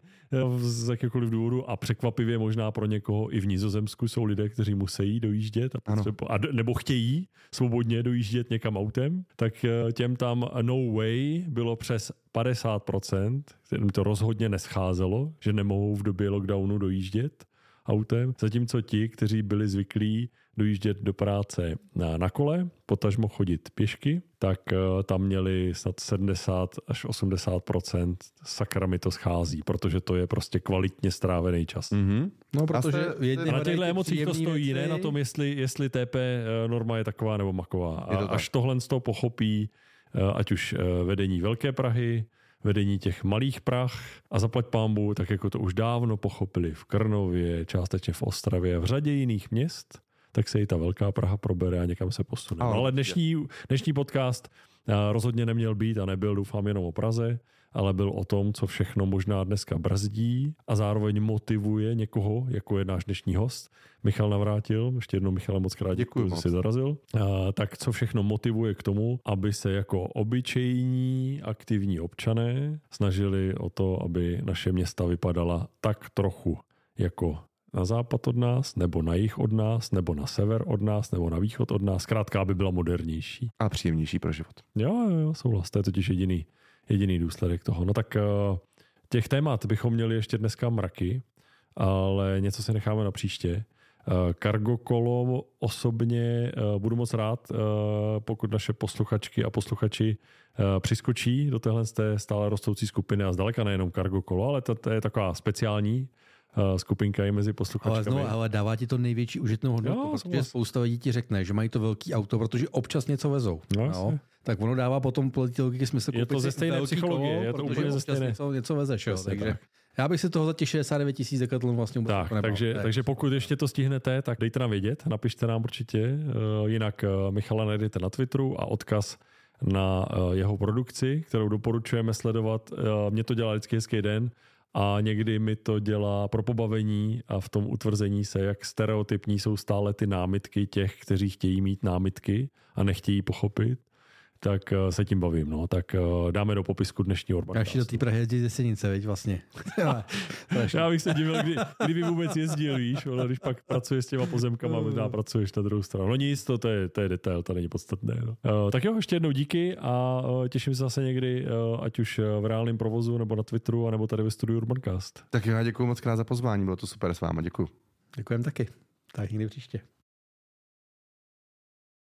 z jakékoliv důvodu a překvapivě možná pro někoho i v Nizozemsku jsou lidé, kteří musí dojíždět a, a nebo chtějí svobodně dojíždět někam autem, tak těm tam no way bylo přes padesát procent, kterým to rozhodně nescházelo, že nemohou v době lockdownu dojíždět autem, zatímco ti, kteří byli zvyklí dojíždět do práce na, na kole, potažmo chodit pěšky, tak uh, tam měli snad sedmdesát až osmdesát procent sakra mi to schází, protože to je prostě kvalitně strávený čas. Mm-hmm. No, protože a na těchto emocích to stojí, věci. Ne na tom, jestli, jestli T P norma je taková nebo maková. A to až tohle z toho pochopí, uh, ať už uh, vedení Velké Prahy, vedení těch malých Prah a zaplať pánbu, tak jako to už dávno pochopili v Krnově, částečně v Ostravě a v řadě jiných měst, tak se i ta Velká Praha probere a někam se posune. No, ale dnešní, dnešní podcast rozhodně neměl být a nebyl, doufám, jenom o Praze, ale byl o tom, co všechno možná dneska brzdí a zároveň motivuje někoho, jako je náš dnešní host, Michal Navrátil. Ještě jednou, Michale, moc krát děkuji, že jsi zarazil. A, tak co všechno motivuje k tomu, aby se jako obyčejní aktivní občané snažili o to, aby naše města vypadala tak trochu jako na západ od nás, nebo na jih od nás, nebo na sever od nás, nebo na východ od nás. Zkrátka, aby byla modernější. A příjemnější pro život. Jo, jo, jo, souhlas. To je totiž jediný, jediný důsledek toho. No tak těch témat bychom měli ještě dneska mraky, ale něco si necháme na příště. Cargo kolo osobně budu moc rád, pokud naše posluchačky a posluchači přiskočí do téhle stále rostoucí skupiny a zdaleka nejenom Cargo kolo, ale to, to je taková speciální skupinka i mezi posluchačkami. Ale, no, ale dává ti to největší užitnou hodnotu, jo, protože vlastně spousta lidí ti řekne, že mají to velký auto, protože občas něco vezou. No, no, tak ono dává potom podle logiky smysl. Je to ze stejné psychologie, kolo, je to úplně ze stejné. Něco, něco vezeš, jo, takže tak. Já bych si toho za těch šedesát devět tisíc Decathlon vlastně tak, takže, takže pokud ještě to stihnete, tak dejte nám vědět, napište nám určitě, jinak Michala najdete na Twitteru a odkaz na jeho produkci, kterou doporučujeme sledovat. Mně to dělá vždycky hezký den, a někdy mi to dělá pro pobavení a v tom utvrzení se, jak stereotypní jsou stále ty námitky těch, kteří chtějí mít námitky a nechtějí pochopit, tak se tím bavím. No. Tak dáme do popisku dnešního Urbancastu. Až do té Prahy jezdí ze Senice, veď vlastně. Já bych se divil, kdy, kdyby vůbec jezdil, víš, ale když pak pracuješ s těma pozemkama, možná pracuješ na druhou stranu. No nic, to, to, je, to je detail, to není podstatné. No. Uh, tak jo, ještě jednou díky a uh, těším se zase někdy, uh, ať už v reálném provozu, nebo na Twitteru, nebo tady ve studiu Urbancast. Tak jo, já děkuji moc krát za pozvání, bylo to super s váma, děkuji. Děkujem taky. Tak někdy příště.